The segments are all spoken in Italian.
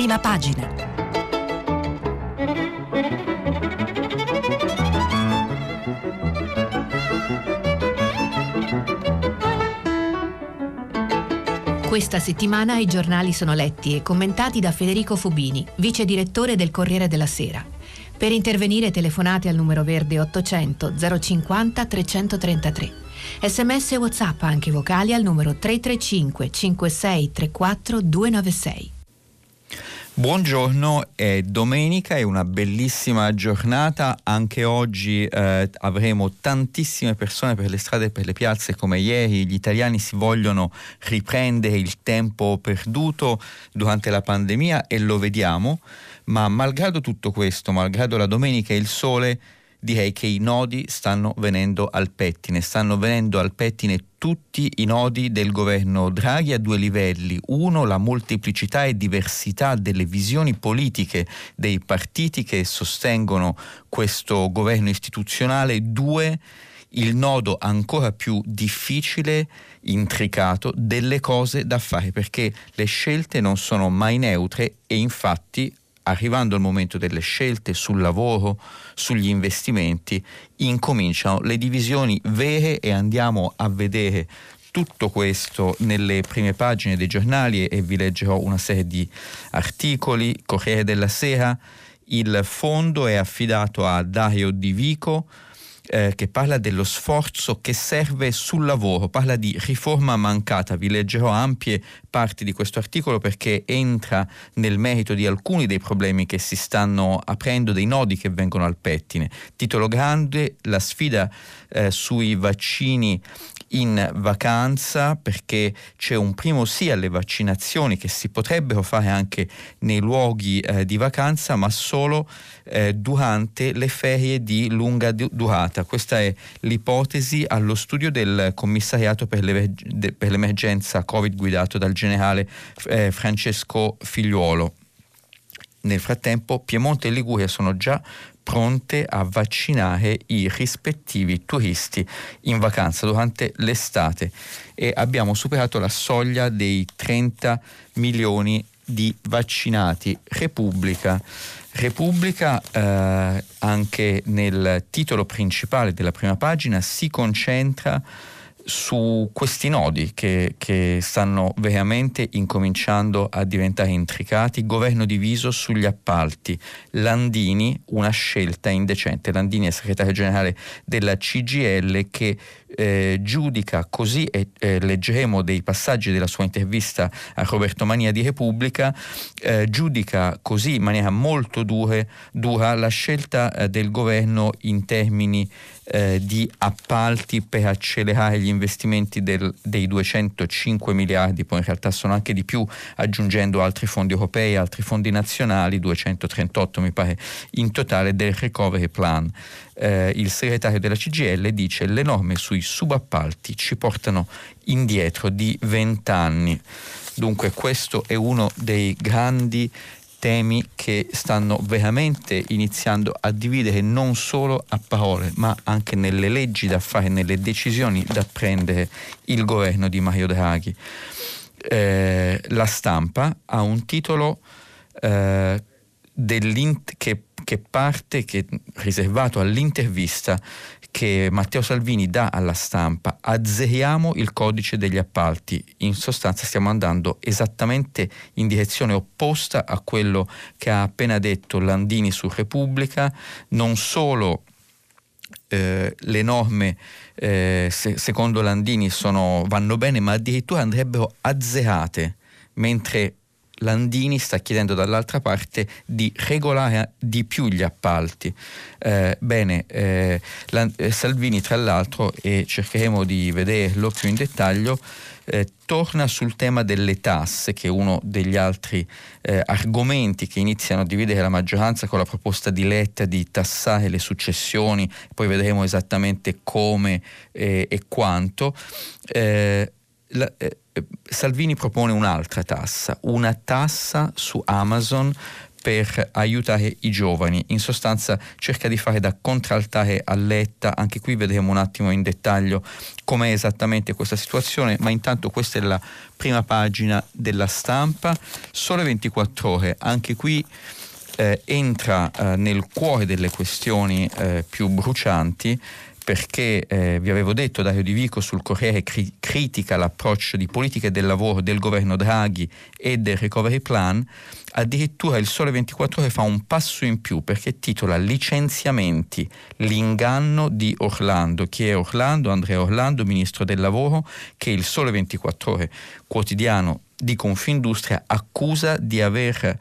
Prima pagina. Questa settimana i giornali sono letti e commentati da Federico Fubini, vice direttore del Corriere della Sera. Per intervenire telefonate al numero verde 800 050 333. SMS e WhatsApp anche vocali al numero 335 5634 296. Buongiorno, è domenica, è una bellissima giornata. Anche oggi avremo tantissime persone per le strade e per le piazze come ieri. Gli italiani si vogliono riprendere il tempo perduto durante la pandemia e lo vediamo, ma malgrado tutto questo, malgrado la domenica e il sole, direi che i nodi stanno venendo al pettine tutti i nodi del governo Draghi a due livelli. Uno, la molteplicità e diversità delle visioni politiche dei partiti che sostengono questo governo istituzionale. Due, il nodo ancora più difficile, intricato, delle cose da fare, perché le scelte non sono mai neutre e infatti, arrivando al momento delle scelte sul lavoro, sugli investimenti, incominciano le divisioni vere e andiamo a vedere tutto questo nelle prime pagine dei giornali e vi leggerò una serie di articoli. Corriere della Sera, il fondo è affidato a Dario Di Vico, che parla dello sforzo che serve sul lavoro, parla di riforma mancata. Vi leggerò ampie parti di questo articolo perché entra nel merito di alcuni dei problemi che si stanno aprendo, dei nodi che vengono al pettine. Titolo grande, la sfida sui vaccini in vacanza, perché c'è un primo sì alle vaccinazioni che si potrebbero fare anche nei luoghi di vacanza, ma solo durante le ferie di lunga durata. Questa è l'ipotesi allo studio del commissariato per l'emergenza Covid guidato dal generale Francesco Figliuolo. Nel frattempo Piemonte e Liguria sono già pronte a vaccinare i rispettivi turisti in vacanza durante l'estate e abbiamo superato la soglia dei 30 milioni di vaccinati. Repubblica anche nel titolo principale della prima pagina si concentra su questi nodi che stanno veramente incominciando a diventare intricati. Governo diviso sugli appalti. Landini, una scelta indecente. Landini è segretario generale della CGIL che giudica così, e leggeremo dei passaggi della sua intervista a Roberto Mania di Repubblica, giudica così in maniera molto dura la scelta del governo in termini di appalti per accelerare gli investimenti dei 205 miliardi, poi in realtà sono anche di più aggiungendo altri fondi europei, altri fondi nazionali, 238 mi pare in totale del recovery plan. Il segretario della CGIL dice: le norme sui subappalti ci portano indietro di 20 anni. Dunque questo è uno dei grandi temi che stanno veramente iniziando a dividere non solo a parole ma anche nelle leggi da fare, nelle decisioni da prendere il governo di Mario Draghi. La Stampa ha un titolo che parte, che è riservato all'intervista che Matteo Salvini dà alla Stampa. Azzeriamo il codice degli appalti. In sostanza stiamo andando esattamente in direzione opposta a quello che ha appena detto Landini su Repubblica. Non solo le norme secondo Landini vanno bene, ma addirittura andrebbero azzerate, mentre Landini sta chiedendo dall'altra parte di regolare di più gli appalti. Salvini, tra l'altro, e cercheremo di vederlo più in dettaglio, torna sul tema delle tasse, che è uno degli altri argomenti che iniziano a dividere la maggioranza con la proposta di Letta di tassare le successioni. Poi vedremo esattamente come e quanto. Salvini propone un'altra tassa, una tassa su Amazon per aiutare i giovani. In sostanza cerca di fare da contraltare a Letta. Anche qui vedremo un attimo in dettaglio com'è esattamente questa situazione, ma intanto questa è la prima pagina della Stampa. Sole 24 Ore, anche qui entra nel cuore delle questioni più brucianti, perché vi avevo detto, Dario Di Vico sul Corriere critica l'approccio di politiche del lavoro del governo Draghi e del Recovery Plan. Addirittura il Sole 24 Ore fa un passo in più, perché titola licenziamenti, l'inganno di Orlando. Chi è Orlando? Andrea Orlando, ministro del lavoro, che il Sole 24 Ore, quotidiano di Confindustria, accusa di aver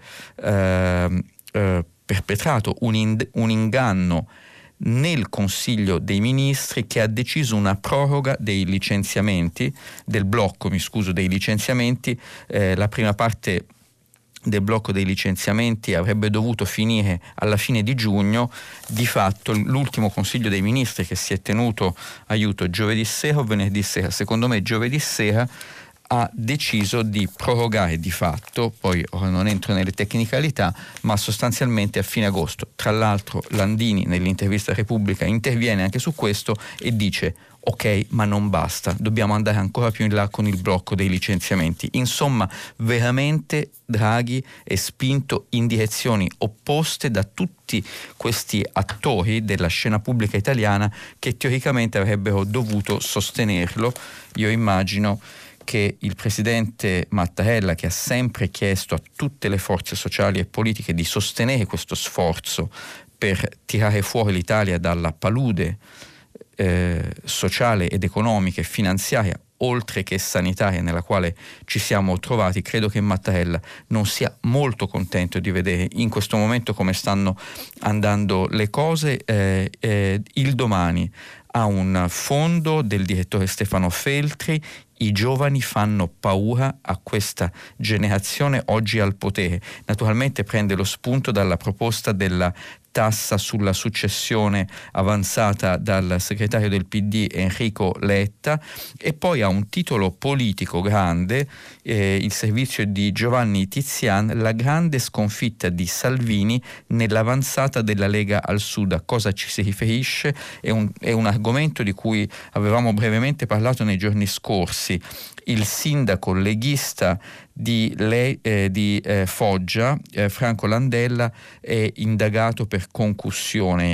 perpetrato un inganno nel Consiglio dei Ministri, che ha deciso una proroga dei licenziamenti, del blocco dei licenziamenti. La prima parte del blocco dei licenziamenti avrebbe dovuto finire alla fine di giugno. Di fatto l'ultimo Consiglio dei Ministri, che si è tenuto, giovedì sera o venerdì sera, secondo me giovedì sera, ha deciso di prorogare di fatto, poi ora non entro nelle tecnicalità, ma sostanzialmente a fine agosto. Tra l'altro Landini nell'intervista a Repubblica interviene anche su questo e dice: ok, ma non basta, dobbiamo andare ancora più in là con il blocco dei licenziamenti. Insomma, veramente Draghi è spinto in direzioni opposte da tutti questi attori della scena pubblica italiana che teoricamente avrebbero dovuto sostenerlo. Io immagino che il presidente Mattarella, che ha sempre chiesto a tutte le forze sociali e politiche di sostenere questo sforzo per tirare fuori l'Italia dalla palude sociale ed economica e finanziaria, oltre che sanitaria, nella quale ci siamo trovati, credo che Mattarella non sia molto contento di vedere in questo momento come stanno andando le cose. Il Domani ha un fondo del direttore Stefano Feltri: i giovani fanno paura a questa generazione oggi al potere. Naturalmente prende lo spunto dalla proposta della tassa sulla successione avanzata dal segretario del PD Enrico Letta, e poi ha un titolo politico grande, il servizio di Giovanni Tizian: la grande sconfitta di Salvini nell'avanzata della Lega al Sud. A cosa ci si riferisce? È un argomento di cui avevamo brevemente parlato nei giorni scorsi. Il sindaco leghista di Foggia, Franco Landella, è indagato per concussione.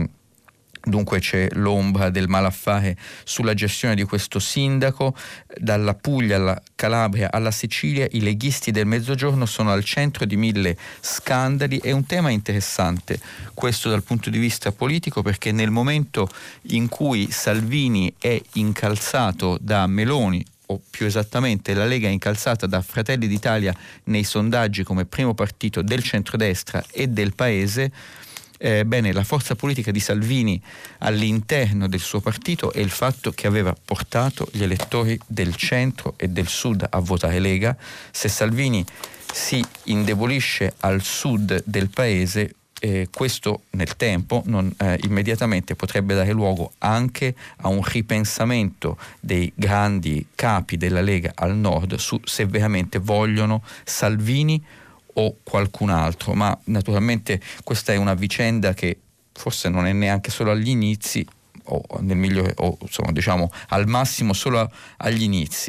Dunque c'è l'ombra del malaffare sulla gestione di questo sindaco. Dalla Puglia alla Calabria alla Sicilia, i leghisti del Mezzogiorno sono al centro di 1000 scandali. È un tema interessante questo dal punto di vista politico, perché nel momento in cui Salvini è incalzato da Meloni, o più esattamente la Lega è incalzata da Fratelli d'Italia nei sondaggi come primo partito del centrodestra e del paese, bene, la forza politica di Salvini all'interno del suo partito è il fatto che aveva portato gli elettori del centro e del sud a votare Lega. Se Salvini si indebolisce al sud del paese, questo nel tempo immediatamente potrebbe dare luogo anche a un ripensamento dei grandi capi della Lega al nord su se veramente vogliono Salvini o qualcun altro. Ma naturalmente questa è una vicenda che forse non è neanche solo agli inizi, o nel migliore, o insomma diciamo al massimo solo agli inizi.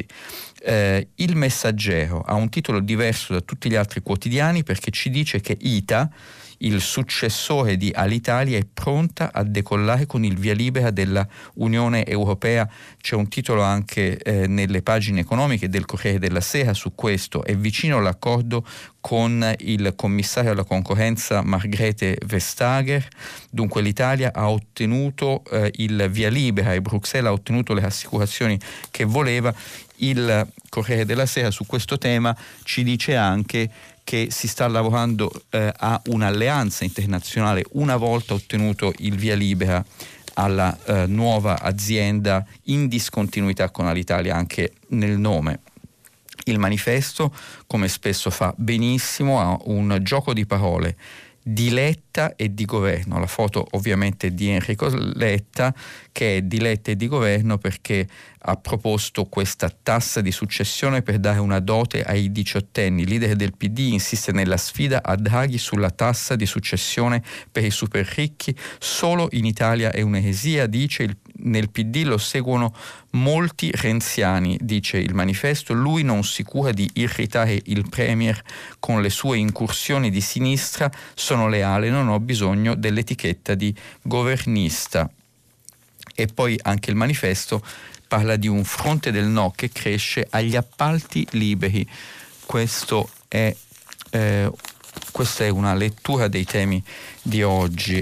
Il Messaggero ha un titolo diverso da tutti gli altri quotidiani, perché ci dice che ITA, il successore di Alitalia, è pronta a decollare con il via libera della Unione Europea. C'è un titolo anche nelle pagine economiche del Corriere della Sera su questo. È vicino l'accordo con il commissario alla concorrenza Margrethe Vestager. Dunque l'Italia ha ottenuto il via libera e Bruxelles ha ottenuto le assicurazioni che voleva. Il Corriere della Sera su questo tema ci dice anche che si sta lavorando a un'alleanza internazionale una volta ottenuto il via libera alla nuova azienda, in discontinuità con Alitalia anche nel nome. Il Manifesto, come spesso fa benissimo, ha un gioco di parole: di Letta e di governo. La foto ovviamente di Enrico Letta, che è di Letta e di governo perché ha proposto questa tassa di successione per dare una dote ai diciottenni. Il leader del PD insiste nella sfida a Draghi sulla tassa di successione per i super ricchi. Solo in Italia è un'eresia, dice. Nel PD lo seguono molti renziani, dice il manifesto. Lui non si cura di irritare il premier con le sue incursioni di sinistra. Sono leale, non ho bisogno dell'etichetta di governista. E poi anche il manifesto parla di un fronte del no che cresce agli appalti liberi. Questa è una lettura dei temi di oggi.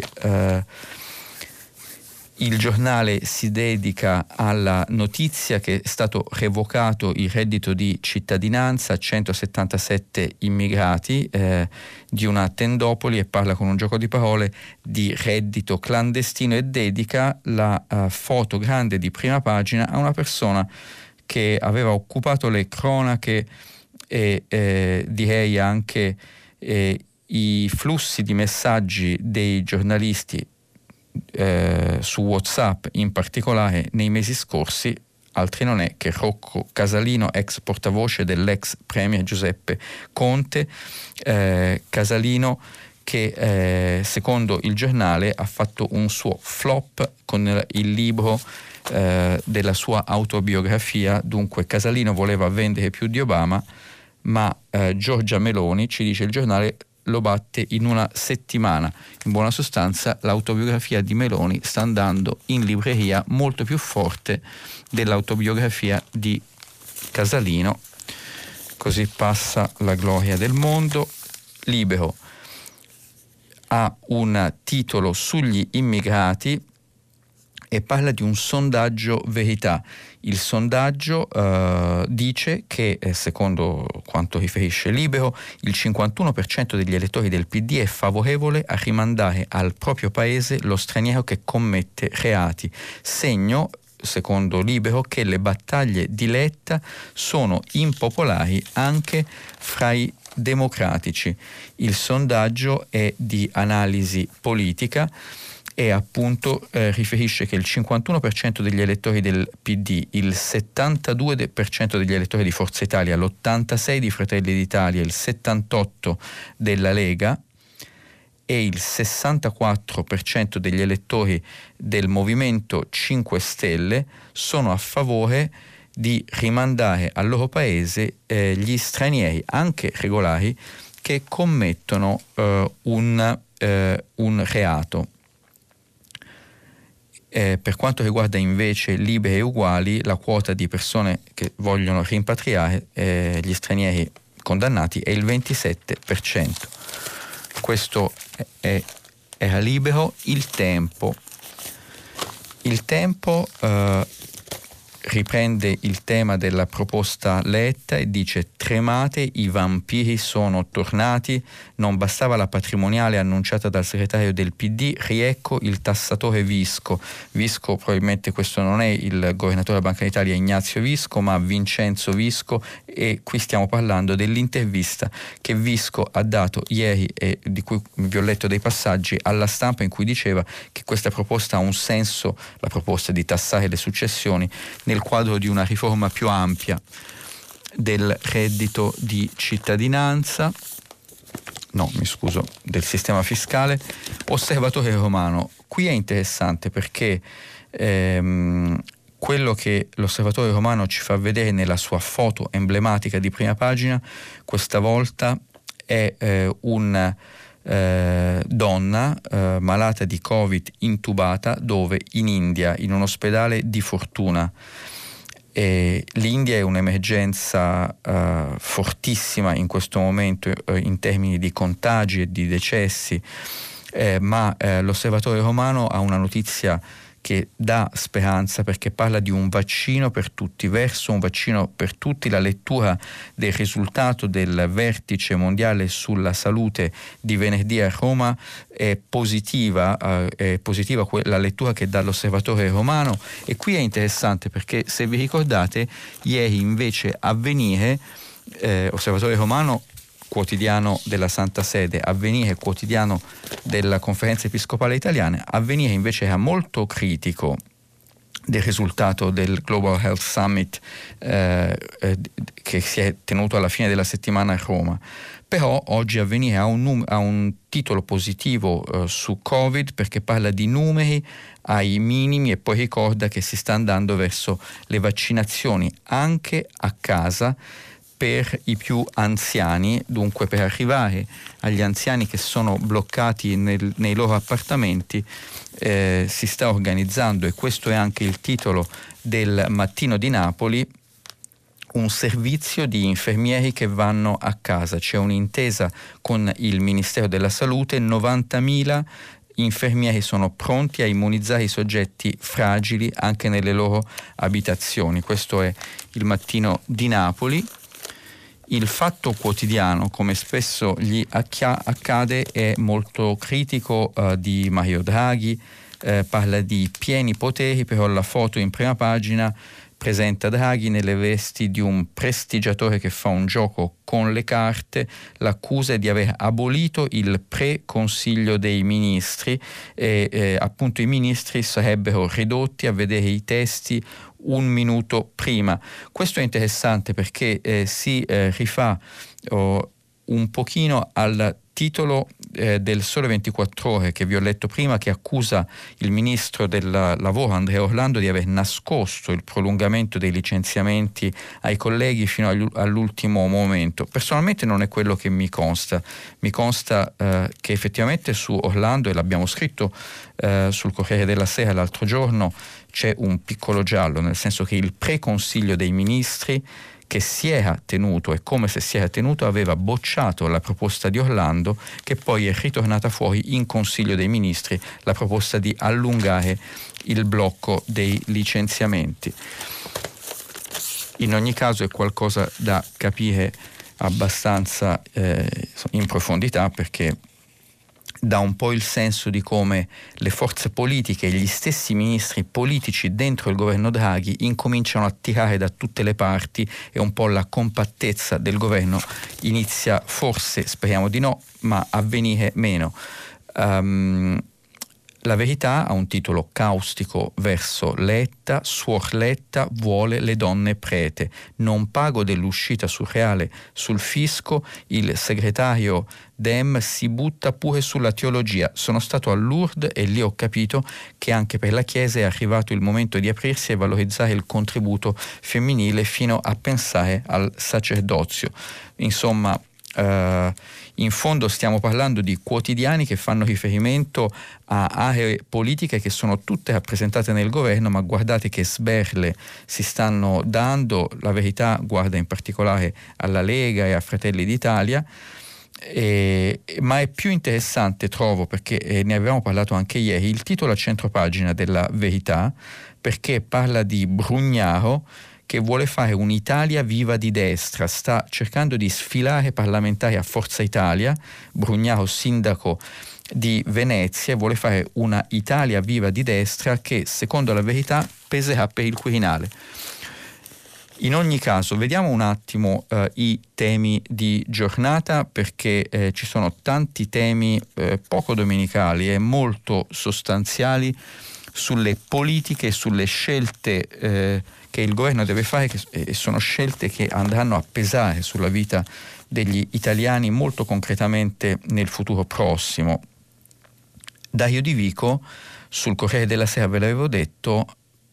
Il giornale si dedica alla notizia che è stato revocato il reddito di cittadinanza a 177 immigrati di una tendopoli, e parla con un gioco di parole di reddito clandestino, e dedica la foto grande di prima pagina a una persona che aveva occupato le cronache e direi anche i flussi di messaggi dei giornalisti su WhatsApp, in particolare nei mesi scorsi. Altri non è che Rocco Casalino, ex portavoce dell'ex premier Giuseppe Conte. Casalino che secondo il giornale ha fatto un suo flop con il libro della sua autobiografia. Dunque Casalino voleva vendere più di Obama, ma Giorgia Meloni, ci dice il giornale, lo batte in una settimana. In buona sostanza l'autobiografia di Meloni sta andando in libreria molto più forte dell'autobiografia di Casalino. Così passa la gloria del mondo. Libero ha un titolo sugli immigrati e parla di un sondaggio Verità. Il sondaggio dice che, secondo quanto riferisce Libero, il 51% degli elettori del PD è favorevole a rimandare al proprio paese lo straniero che commette reati. Segno, secondo Libero, che le battaglie di Letta sono impopolari anche fra i democratici. Il sondaggio è di analisi politica e appunto riferisce che il 51% degli elettori del PD, il 72% degli elettori di Forza Italia, l'86% di Fratelli d'Italia, il 78% della Lega e il 64% degli elettori del Movimento 5 Stelle sono a favore di rimandare al loro paese gli stranieri, anche regolari, che commettono un reato. Per quanto riguarda invece Liberi e Uguali, la quota di persone che vogliono rimpatriare gli stranieri condannati è il 27%. Questo era Libero. Il Tempo riprende il tema della proposta Letta e dice: tremate, i vampiri sono tornati, non bastava la patrimoniale annunciata dal segretario del PD, riecco il tassatore Visco. Visco, probabilmente questo non è il governatore della Banca d'Italia Ignazio Visco, ma Vincenzo Visco, e qui stiamo parlando dell'intervista che Visco ha dato ieri e di cui vi ho letto dei passaggi alla Stampa, in cui diceva che questa proposta ha un senso, la proposta di tassare le successioni, nel quadro di una riforma più ampia del reddito di cittadinanza, del sistema fiscale. Osservatore Romano, qui è interessante perché quello che l'Osservatore Romano ci fa vedere nella sua foto emblematica di prima pagina questa volta è una donna malata di Covid, intubata, dove in India, in un ospedale di fortuna. L'India è un'emergenza fortissima in questo momento in termini di contagi e di decessi, ma l'Osservatore Romano ha una notizia che dà speranza, perché parla di un vaccino per tutti, verso un vaccino per tutti. La lettura del risultato del vertice mondiale sulla salute di venerdì a Roma è positiva la lettura che dà l'Osservatore Romano. E qui è interessante perché, se vi ricordate, ieri invece Avvenire, Osservatore Romano quotidiano della Santa Sede, Avvenire, quotidiano della Conferenza Episcopale Italiana. Avvenire invece era molto critico del risultato del Global Health Summit che si è tenuto alla fine della settimana a Roma. Però oggi Avvenire ha un titolo positivo su Covid, perché parla di numeri ai minimi e poi ricorda che si sta andando verso le vaccinazioni anche a casa per i più anziani. Dunque, per arrivare agli anziani che sono bloccati nei loro appartamenti si sta organizzando, e questo è anche il titolo del Mattino di Napoli, un servizio di infermieri che vanno a casa. C'è un'intesa con il Ministero della Salute, 90.000 infermieri sono pronti a immunizzare i soggetti fragili anche nelle loro abitazioni. Questo è il Mattino di Napoli. Il Fatto Quotidiano, come spesso gli accade, è molto critico di Mario Draghi, parla di pieni poteri, però la foto in prima pagina presenta Draghi nelle vesti di un prestigiatore che fa un gioco con le carte. L'accusa è di aver abolito il pre-consiglio dei ministri e appunto i ministri sarebbero ridotti a vedere i testi un minuto prima. Questo è interessante perché si rifà un pochino al titolo del Sole 24 Ore che vi ho letto prima, che accusa il ministro del lavoro Andrea Orlando di aver nascosto il prolungamento dei licenziamenti ai colleghi fino all'ultimo momento. Personalmente non è quello che mi consta. Mi consta che effettivamente su Orlando, e l'abbiamo scritto sul Corriere della Sera l'altro giorno, c'è un piccolo giallo, nel senso che il pre-consiglio dei ministri che si era tenuto, e come se si era tenuto, aveva bocciato la proposta di Orlando, che poi è ritornata fuori in Consiglio dei Ministri, la proposta di allungare il blocco dei licenziamenti. In ogni caso è qualcosa da capire abbastanza in profondità, perché dà un po' il senso di come le forze politiche e gli stessi ministri politici dentro il governo Draghi incominciano a tirare da tutte le parti, e un po' la compattezza del governo inizia, forse, speriamo di no, ma a venire meno. La Verità ha un titolo caustico verso Letta: Suor Letta vuole le donne prete, non pago dell'uscita surreale sul fisco, il segretario Dem si butta pure sulla teologia. Sono stato a Lourdes e lì ho capito che anche per la Chiesa è arrivato il momento di aprirsi e valorizzare il contributo femminile, fino a pensare al sacerdozio. Insomma, in fondo stiamo parlando di quotidiani che fanno riferimento a aree politiche che sono tutte rappresentate nel governo, ma guardate che sberle si stanno dando. La Verità guarda in particolare alla Lega e a Fratelli d'Italia, ma è più interessante, trovo, perché ne avevamo parlato anche ieri, il titolo a centropagina della Verità, perché parla di Brugnaro che vuole fare un'Italia viva di destra, sta cercando di sfilare parlamentari a Forza Italia. Brugnaro, sindaco di Venezia, vuole fare una Italia viva di destra che, secondo la Verità, peserà per il Quirinale. In ogni caso, vediamo un attimo i temi di giornata, perché ci sono tanti temi poco domenicali e molto sostanziali sulle politiche e sulle scelte che il governo deve fare, e sono scelte che andranno a pesare sulla vita degli italiani molto concretamente nel futuro prossimo. Dario Di Vico, sul Corriere della Sera, ve l'avevo detto,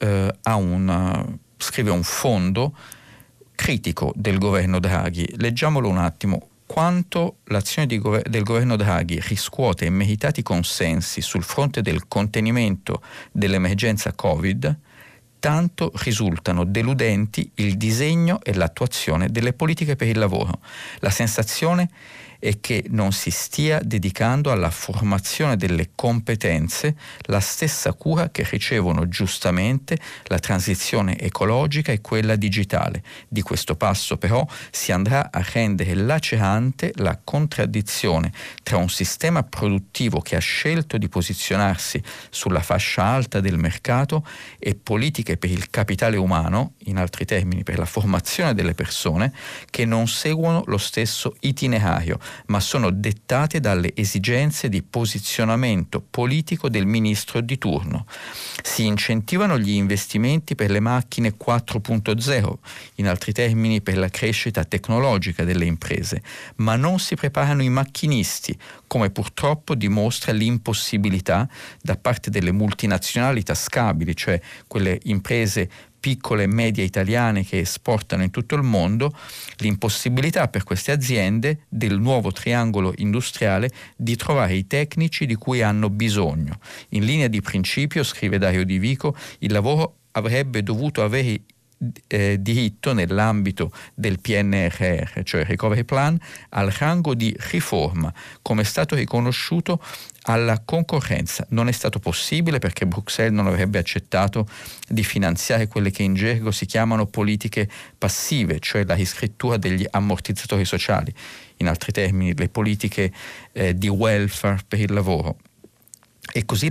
scrive un fondo critico del governo Draghi. Leggiamolo un attimo. Quanto l'azione del governo Draghi riscuote meritati consensi sul fronte del contenimento dell'emergenza Covid, tanto risultano deludenti il disegno e l'attuazione delle politiche per il lavoro. La sensazione e che non si stia dedicando alla formazione delle competenze la stessa cura che ricevono giustamente la transizione ecologica e quella digitale. Di questo passo però si andrà a rendere lacerante la contraddizione tra un sistema produttivo che ha scelto di posizionarsi sulla fascia alta del mercato e politiche per il capitale umano, in altri termini per la formazione delle persone, che non seguono lo stesso itinerario, ma sono dettate dalle esigenze di posizionamento politico del ministro di turno. Si incentivano gli investimenti per le macchine 4.0, in altri termini per la crescita tecnologica delle imprese, ma non si preparano i macchinisti, come purtroppo dimostra l'impossibilità da parte delle multinazionali tascabili, cioè quelle imprese piccole e medie italiane che esportano in tutto il mondo, l'impossibilità per queste aziende del nuovo triangolo industriale di trovare i tecnici di cui hanno bisogno. In linea di principio, scrive Dario Di Vico, il lavoro avrebbe dovuto avere diritto nell'ambito del PNRR, cioè Recovery Plan, al rango di riforma, come è stato riconosciuto alla concorrenza. Non è stato possibile perché Bruxelles non avrebbe accettato di finanziare quelle che in gergo si chiamano politiche passive, cioè la riscrittura degli ammortizzatori sociali, in altri termini le politiche di welfare per il lavoro. E così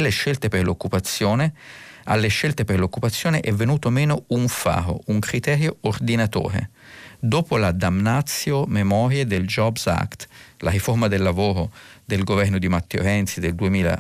alle scelte per l'occupazione è venuto meno un faro, un criterio ordinatore. Dopo la damnatio memoriae del Jobs Act, la riforma del lavoro del governo di Matteo Renzi del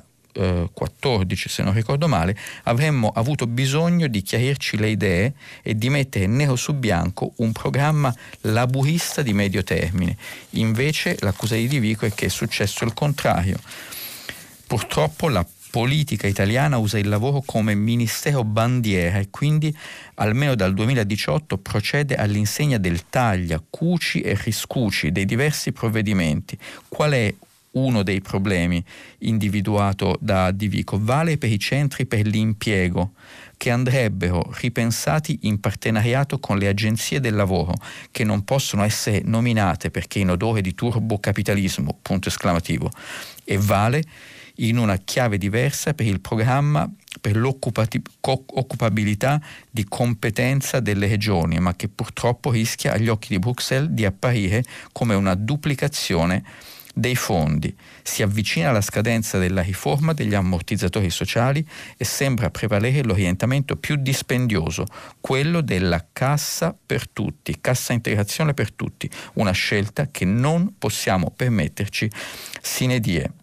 2014, se non ricordo male, avremmo avuto bisogno di chiarirci le idee e di mettere nero su bianco un programma laburista di medio termine. Invece l'accusa di Di Vico è che è successo il contrario. Purtroppo la politica italiana usa il lavoro come ministero bandiera e quindi almeno dal 2018 procede all'insegna del taglia, cuci e riscuci dei diversi provvedimenti. Qual è uno dei problemi individuato da Di Vico? Vale per i centri per l'impiego, che andrebbero ripensati in partenariato con le agenzie del lavoro, che non possono essere nominate perché in odore di turbocapitalismo, punto esclamativo, e vale in una chiave diversa per il programma per l'occupabilità di competenza delle regioni, ma che purtroppo rischia agli occhi di Bruxelles di apparire come una duplicazione dei fondi. Si avvicina alla scadenza della riforma degli ammortizzatori sociali e sembra prevalere l'orientamento più dispendioso, quello della cassa per tutti, cassa integrazione per tutti, una scelta che non possiamo permetterci sine die.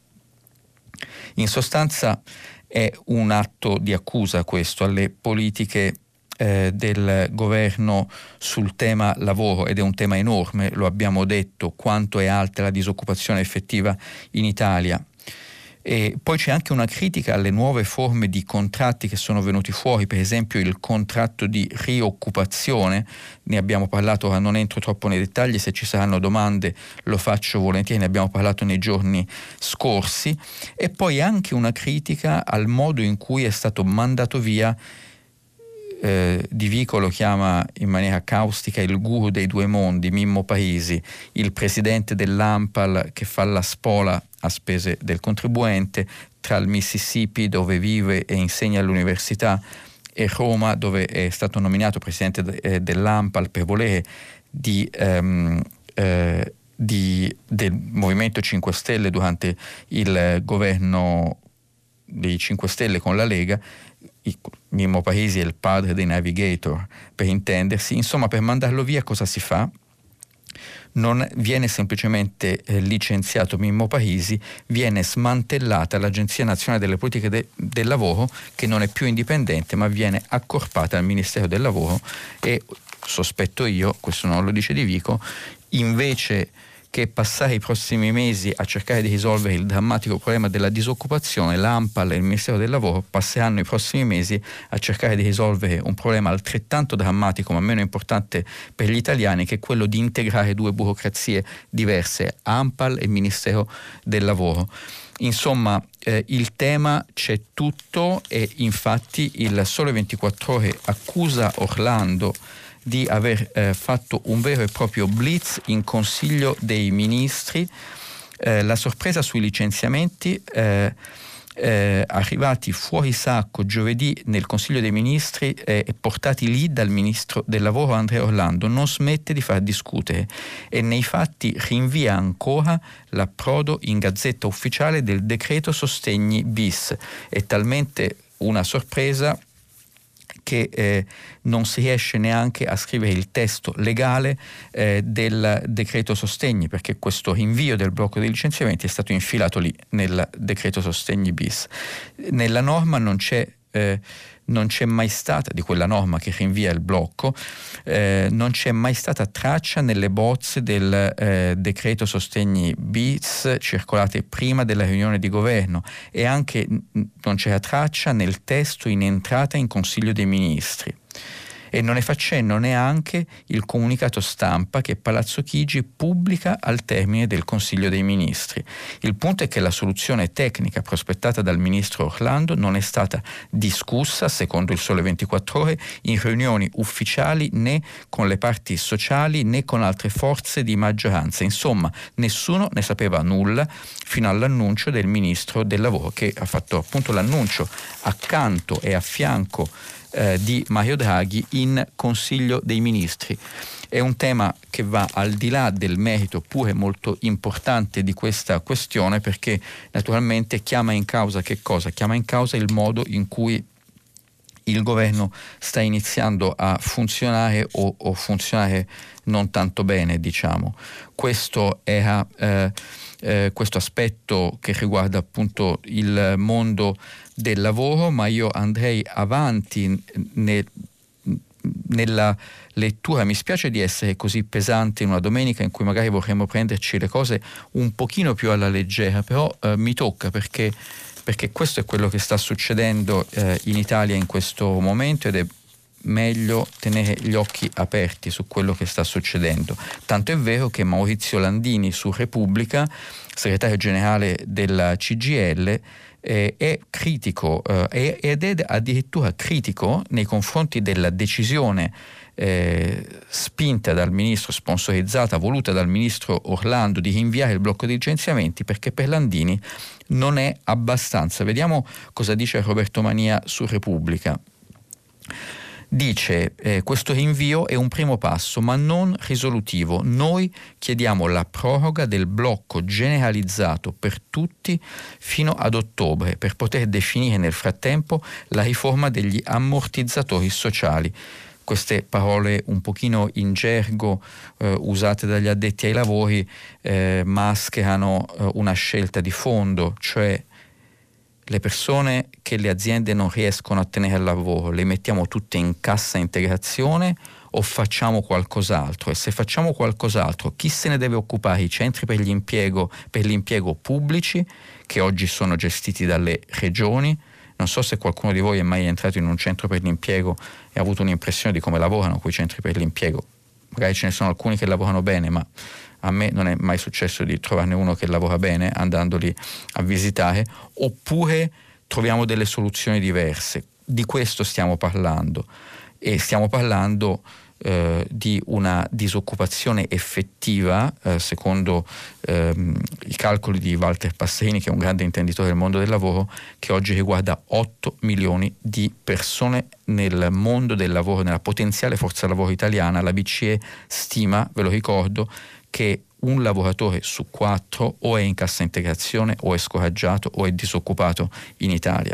In sostanza è un atto di accusa questo alle politiche del governo sul tema lavoro, ed è un tema enorme, lo abbiamo detto, quanto è alta la disoccupazione effettiva in Italia. E poi c'è anche una critica alle nuove forme di contratti che sono venuti fuori, per esempio il contratto di rioccupazione, ne abbiamo parlato, ora non entro troppo nei dettagli, se ci saranno domande lo faccio volentieri, ne abbiamo parlato nei giorni scorsi, e poi anche una critica al modo in cui è stato mandato via, Di Vico lo chiama in maniera caustica il guru dei due mondi, Mimmo Parisi, il presidente dell'ANPAL che fa la spola a spese del contribuente tra il Mississippi, dove vive e insegna all'università, e Roma, dove è stato nominato presidente dell'ANPAL per volere del Movimento 5 Stelle durante il governo dei 5 Stelle con la Lega. Mimmo Parisi è il padre dei navigator, per intendersi. Insomma, per mandarlo via cosa si fa? Non viene semplicemente licenziato Mimmo Parisi, viene smantellata l'Agenzia Nazionale delle Politiche del Lavoro, che non è più indipendente ma viene accorpata al Ministero del Lavoro, e sospetto io, questo non lo dice Di Vico, invece che passare i prossimi mesi a cercare di risolvere il drammatico problema della disoccupazione, l'ANPAL e il Ministero del Lavoro passeranno i prossimi mesi a cercare di risolvere un problema altrettanto drammatico ma meno importante per gli italiani, che è quello di integrare due burocrazie diverse, ANPAL e Ministero del Lavoro. Insomma, il tema c'è tutto, e infatti il Sole 24 Ore accusa Orlando di aver fatto un vero e proprio blitz in Consiglio dei Ministri La sorpresa sui licenziamenti arrivati fuori sacco giovedì nel Consiglio dei Ministri e portati lì dal Ministro del Lavoro Andrea Orlando non smette di far discutere e nei fatti rinvia ancora l'approdo in Gazzetta Ufficiale del decreto sostegni bis. È talmente una sorpresa che non si riesce neanche a scrivere il testo legale del decreto sostegni, perché questo rinvio del blocco dei licenziamenti è stato infilato lì nel decreto sostegni bis. Nella norma non c'è mai stata, di quella norma che rinvia il blocco, non c'è mai stata traccia nelle bozze del decreto sostegni bis circolate prima della riunione di governo e anche non c'era traccia nel testo in entrata in Consiglio dei Ministri. E non ne fa cenno neanche il comunicato stampa che Palazzo Chigi pubblica al termine del Consiglio dei Ministri. Il punto è che la soluzione tecnica prospettata dal ministro Orlando non è stata discussa, secondo il Sole 24 Ore, in riunioni ufficiali né con le parti sociali né con altre forze di maggioranza. Insomma, nessuno ne sapeva nulla fino all'annuncio del ministro del Lavoro, che ha fatto appunto l'annuncio accanto e a fianco di Mario Draghi in Consiglio dei Ministri. È un tema che va al di là del merito pure molto importante di questa questione, perché naturalmente chiama in causa che cosa? Chiama in causa il modo in cui il governo sta iniziando a funzionare o funzionare non tanto bene, diciamo. Questo era questo aspetto che riguarda appunto il mondo del lavoro, ma io andrei avanti nella lettura. Mi spiace di essere così pesante in una domenica in cui magari vorremmo prenderci le cose un pochino più alla leggera, però mi tocca perché questo è quello che sta succedendo in Italia in questo momento ed è meglio tenere gli occhi aperti su quello che sta succedendo. Tanto è vero che Maurizio Landini su Repubblica, segretario generale della CGIL, è critico ed è addirittura critico nei confronti della decisione spinta dal ministro, sponsorizzata, voluta dal ministro Orlando di rinviare il blocco dei licenziamenti, perché per Landini non è abbastanza. Vediamo cosa dice Roberto Mania su Repubblica. Dice questo rinvio è un primo passo ma non risolutivo. Noi chiediamo la proroga del blocco generalizzato per tutti fino ad ottobre per poter definire nel frattempo la riforma degli ammortizzatori sociali. Queste parole un pochino in gergo usate dagli addetti ai lavori mascherano una scelta di fondo, cioè le persone che le aziende non riescono a tenere al lavoro le mettiamo tutte in cassa integrazione o facciamo qualcos'altro? E se facciamo qualcos'altro, chi se ne deve occupare? I centri per l'impiego pubblici, che oggi sono gestiti dalle regioni. Non so se qualcuno di voi è mai entrato in un centro per l'impiego e ha avuto un'impressione di come lavorano quei centri per l'impiego. Magari ce ne sono alcuni che lavorano bene, ma a me non è mai successo di trovarne uno che lavora bene andandoli a visitare, oppure troviamo delle soluzioni diverse. Di questo stiamo parlando e stiamo parlando di una disoccupazione effettiva, secondo i calcoli di Walter Passerini, che è un grande intenditore del mondo del lavoro, che oggi riguarda 8 milioni di persone nel mondo del lavoro, nella potenziale forza lavoro italiana. La BCE stima, ve lo ricordo, che un lavoratore su 4 o è in cassa integrazione o è scoraggiato o è disoccupato in Italia.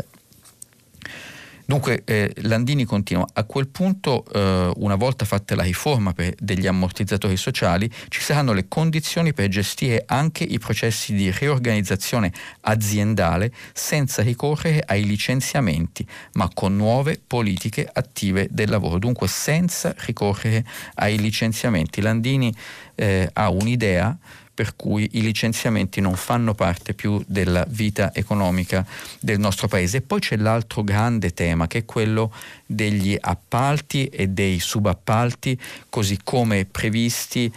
Dunque Landini continua: a quel punto, una volta fatta la riforma degli ammortizzatori sociali, ci saranno le condizioni per gestire anche i processi di riorganizzazione aziendale senza ricorrere ai licenziamenti, ma con nuove politiche attive del lavoro. Dunque senza ricorrere ai licenziamenti. Landini ha un'idea per cui i licenziamenti non fanno parte più della vita economica del nostro paese. E poi c'è l'altro grande tema, che è quello degli appalti e dei subappalti, così come previsti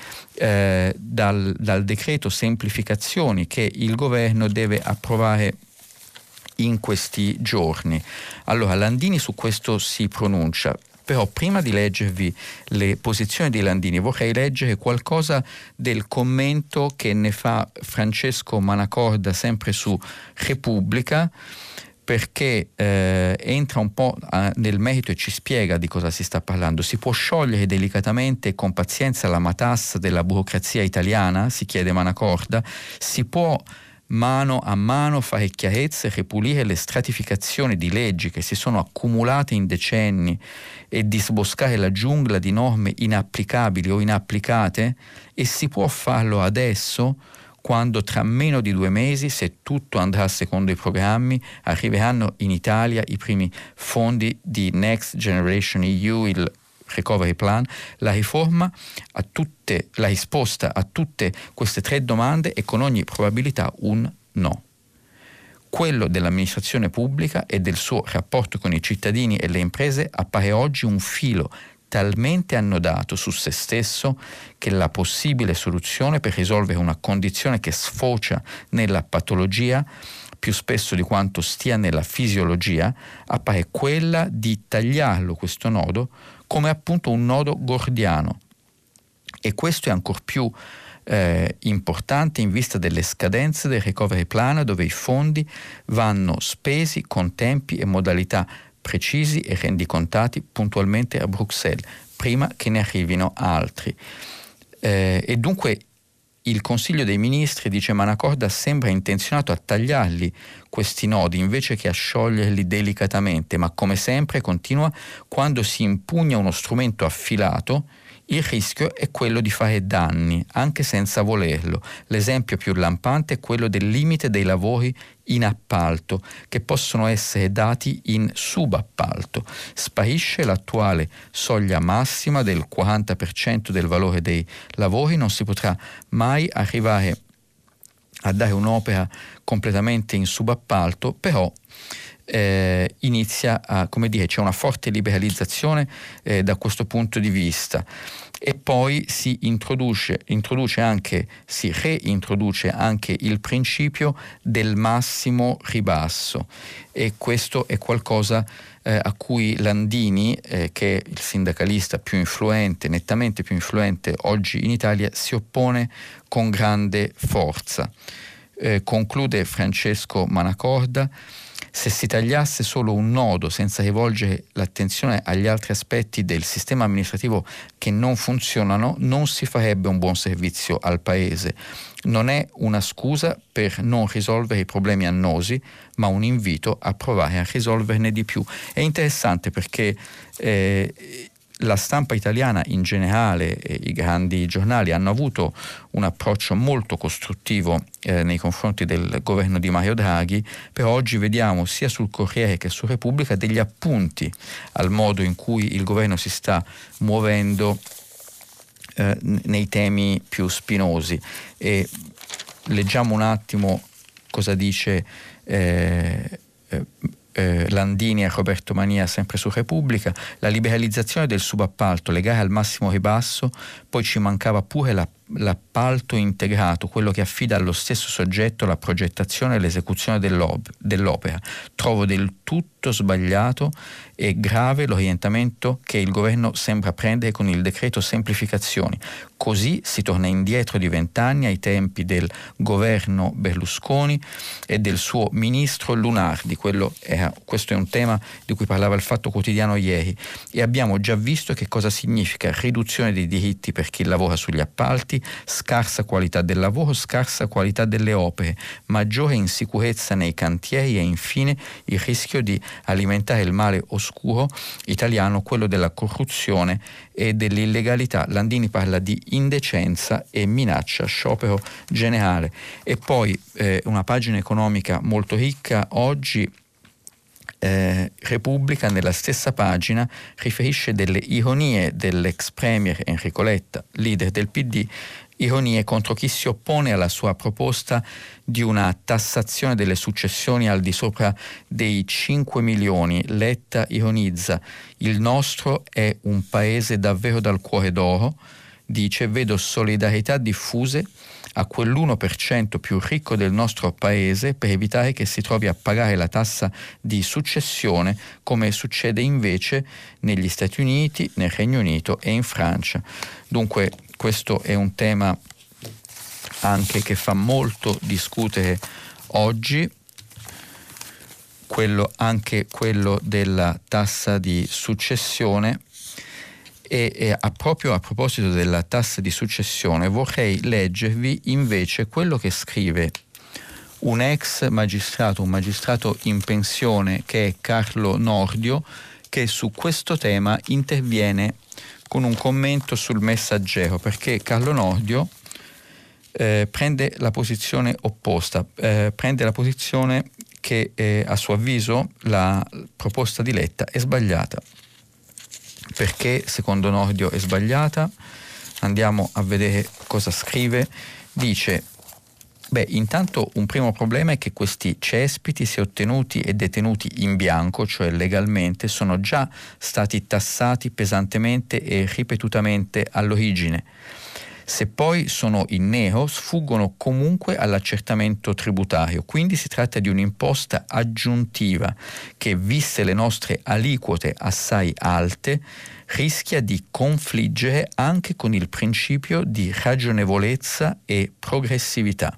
dal decreto semplificazioni che il governo deve approvare in questi giorni. Allora, Landini su questo si pronuncia. Però prima di leggervi le posizioni di Landini vorrei leggere qualcosa del commento che ne fa Francesco Manacorda sempre su Repubblica, perché entra un po' nel merito e ci spiega di cosa si sta parlando. Si può sciogliere delicatamente e con pazienza la matassa della burocrazia italiana? Si chiede Manacorda. Si può mano a mano fare chiarezza e ripulire le stratificazioni di leggi che si sono accumulate in decenni e disboscare la giungla di norme inapplicabili o inapplicate? E si può farlo adesso, quando tra meno di 2 mesi, se tutto andrà secondo i programmi, arriveranno in Italia i primi fondi di Next Generation EU, il Recovery Plan? La risposta a tutte queste 3 domande è con ogni probabilità un no. Quello dell'amministrazione pubblica e del suo rapporto con i cittadini e le imprese appare oggi un filo talmente annodato su se stesso che la possibile soluzione per risolvere una condizione che sfocia nella patologia più spesso di quanto stia nella fisiologia appare quella di tagliarlo, questo nodo, come appunto un nodo gordiano. E questo è ancor più importante in vista delle scadenze del Recovery Plan, dove i fondi vanno spesi con tempi e modalità precisi e rendicontati puntualmente a Bruxelles, prima che ne arrivino altri. E dunque il Consiglio dei Ministri, dice Manacorda, sembra intenzionato a tagliarli questi nodi invece che a scioglierli delicatamente, ma come sempre, continua, quando si impugna uno strumento affilato, il rischio è quello di fare danni, anche senza volerlo. L'esempio più lampante è quello del limite dei lavori in appalto, che possono essere dati in subappalto. Sparisce l'attuale soglia massima del 40% del valore dei lavori, non si potrà mai arrivare a dare un'opera completamente in subappalto, però inizia a, come dire, c'è una forte liberalizzazione da questo punto di vista. E poi si reintroduce anche il principio del massimo ribasso, e questo è qualcosa a cui Landini, che è il sindacalista più influente, nettamente più influente oggi in Italia, si oppone con grande forza. Conclude Francesco Manacorda: se si tagliasse solo un nodo senza rivolgere l'attenzione agli altri aspetti del sistema amministrativo che non funzionano, non si farebbe un buon servizio al Paese. Non è una scusa per non risolvere i problemi annosi, ma un invito a provare a risolverne di più. È interessante perché la stampa italiana in generale e i grandi giornali hanno avuto un approccio molto costruttivo nei confronti del governo di Mario Draghi, però oggi vediamo sia sul Corriere che su Repubblica degli appunti al modo in cui il governo si sta muovendo nei temi più spinosi. E leggiamo un attimo cosa dice Landini e Roberto Mania sempre su Repubblica: la liberalizzazione del subappalto, le gare al massimo ribasso, poi ci mancava pure l'appalto integrato, quello che affida allo stesso soggetto la progettazione e l'esecuzione dell'opera. Trovo del tutto sbagliato e grave l'orientamento che il governo sembra prendere con il decreto semplificazioni. Così si torna indietro di 20 anni ai tempi del governo Berlusconi e del suo ministro Lunardi. Questo è un tema di cui parlava il Fatto Quotidiano ieri, e abbiamo già visto che cosa significa riduzione dei diritti per chi lavora sugli appalti, scarsa qualità del lavoro, scarsa qualità delle opere, maggiore insicurezza nei cantieri e infine il rischio di alimentare il male oscuro italiano, quello della corruzione e dell'illegalità. Landini parla di indecenza e minaccia sciopero generale. E poi una pagina economica molto ricca oggi. Repubblica nella stessa pagina riferisce delle ironie dell'ex premier Enrico Letta, leader del PD, ironie contro chi si oppone alla sua proposta di una tassazione delle successioni al di sopra dei 5 milioni. Letta ironizza: il nostro è un paese davvero dal cuore d'oro, dice, vedo solidarietà diffuse a quell'1% più ricco del nostro paese per evitare che si trovi a pagare la tassa di successione, come succede invece negli Stati Uniti, nel Regno Unito e in Francia. Dunque questo è un tema anche che fa molto discutere oggi, quello della tassa di successione. E proprio a proposito della tassa di successione vorrei leggervi invece quello che scrive un ex magistrato, un magistrato in pensione, che è Carlo Nordio, che su questo tema interviene con un commento sul Messaggero, perché Carlo Nordio prende la posizione opposta, prende la posizione che a suo avviso la proposta di Letta è sbagliata. Perché secondo Nordio è sbagliata? Andiamo a vedere cosa scrive. Dice: intanto un primo problema è che questi cespiti, se ottenuti e detenuti in bianco, cioè legalmente, sono già stati tassati pesantemente e ripetutamente all'origine. Se poi sono in nero, sfuggono comunque all'accertamento tributario, quindi si tratta di un'imposta aggiuntiva che, viste le nostre aliquote assai alte, rischia di confliggere anche con il principio di ragionevolezza e progressività.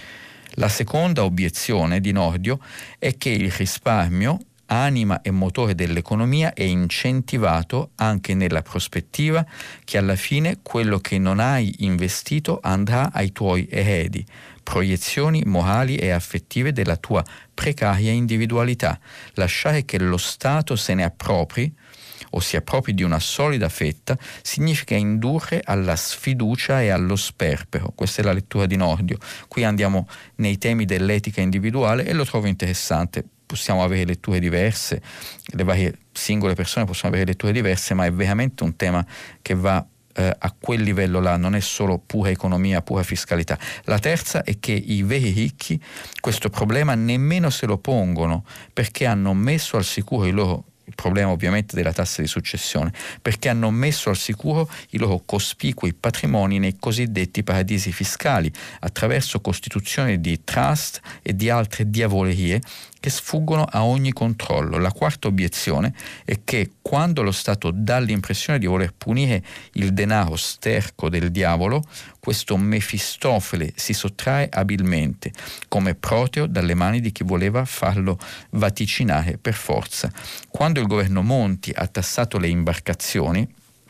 La seconda obiezione di Nordio è che il risparmio, anima e motore dell'economia, è incentivato anche nella prospettiva che alla fine quello che non hai investito andrà ai tuoi eredi, proiezioni morali e affettive della tua precaria individualità. Lasciare che lo Stato se ne appropri o si appropri di una solida fetta significa indurre alla sfiducia e allo sperpero. Questa è la lettura di Nordio. Qui andiamo nei temi dell'etica individuale e lo trovo interessante. Possiamo avere letture diverse, le varie singole persone possono avere letture diverse, ma è veramente un tema che va a quel livello là, non è solo pura economia, pura fiscalità. La terza è che i veri ricchi questo problema nemmeno se lo pongono, perché hanno messo al sicuro il problema ovviamente della tassa di successione, perché hanno messo al sicuro i loro cospicui patrimoni nei cosiddetti paradisi fiscali, attraverso costituzione di trust e di altre diavolerie che sfuggono a ogni controllo. La quarta obiezione è che quando lo Stato dà l'impressione di voler punire il denaro sterco del diavolo, questo Mefistofele si sottrae abilmente, come Proteo, dalle mani di chi voleva farlo vaticinare per forza. Quando il governo Monti ha tassato le imbarcazioni,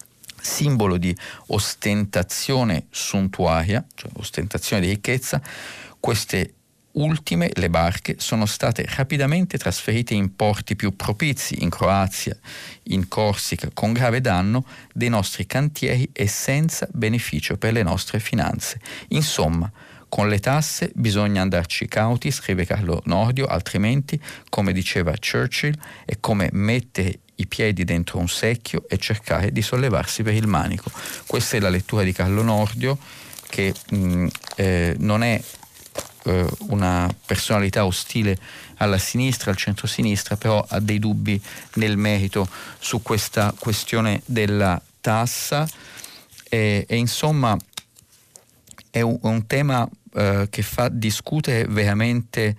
simbolo di ostentazione suntuaria, cioè ostentazione di ricchezza, queste ultime, le barche, sono state rapidamente trasferite in porti più propizi, in Croazia, in Corsica, con grave danno dei nostri cantieri e senza beneficio per le nostre finanze. Insomma, con le tasse bisogna andarci cauti, scrive Carlo Nordio, altrimenti, come diceva Churchill, è come mettere i piedi dentro un secchio e cercare di sollevarsi per il manico. Questa è la lettura di Carlo Nordio, che non è una personalità ostile alla sinistra, al centrosinistra, però ha dei dubbi nel merito su questa questione della tassa e insomma è un tema che fa discutere veramente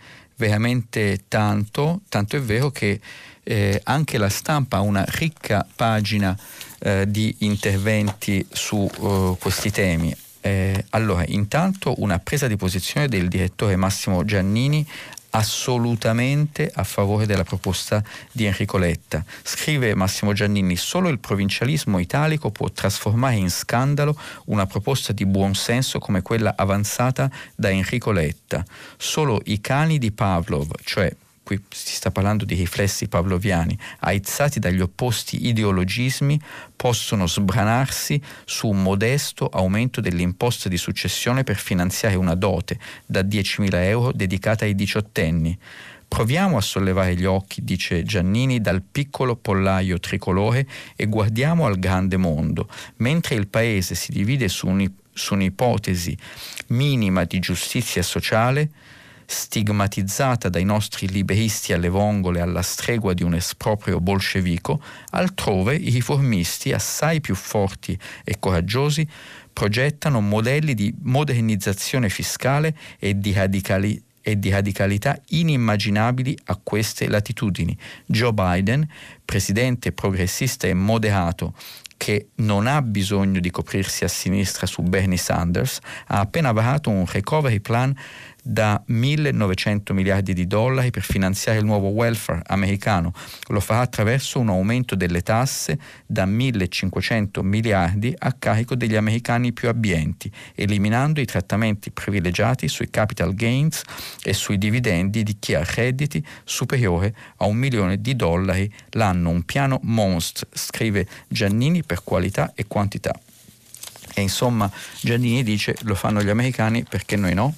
tanto è vero che anche la Stampa ha una ricca pagina di interventi su questi temi. Allora, intanto una presa di posizione del direttore Massimo Giannini assolutamente a favore della proposta di Enrico Letta. Scrive Massimo Giannini: solo il provincialismo italico può trasformare in scandalo una proposta di buon senso come quella avanzata da Enrico Letta. Solo i cani di Pavlov, cioè qui si sta parlando di riflessi pavloviani, aizzati dagli opposti ideologismi, possono sbranarsi su un modesto aumento dell'imposta di successione per finanziare una dote da 10.000 euro dedicata ai diciottenni. Proviamo a sollevare gli occhi, dice Giannini, dal piccolo pollaio tricolore e guardiamo al grande mondo. Mentre il paese si divide su un'ipotesi minima di giustizia sociale, stigmatizzata dai nostri liberisti alle vongole alla stregua di un esproprio bolscevico, altrove i riformisti, assai più forti e coraggiosi, progettano modelli di modernizzazione fiscale e di radicalità inimmaginabili a queste latitudini. Joe Biden, presidente progressista e moderato, che non ha bisogno di coprirsi a sinistra su Bernie Sanders, ha appena varato un recovery plan da 1.900 miliardi di dollari per finanziare il nuovo welfare americano. Lo farà attraverso un aumento delle tasse da 1.500 miliardi a carico degli americani più abbienti, eliminando i trattamenti privilegiati sui capital gains e sui dividendi di chi ha redditi superiore a $1 milione l'anno. Un piano monstre, scrive Giannini, per qualità e quantità. E insomma Giannini dice: lo fanno gli americani, perché noi no?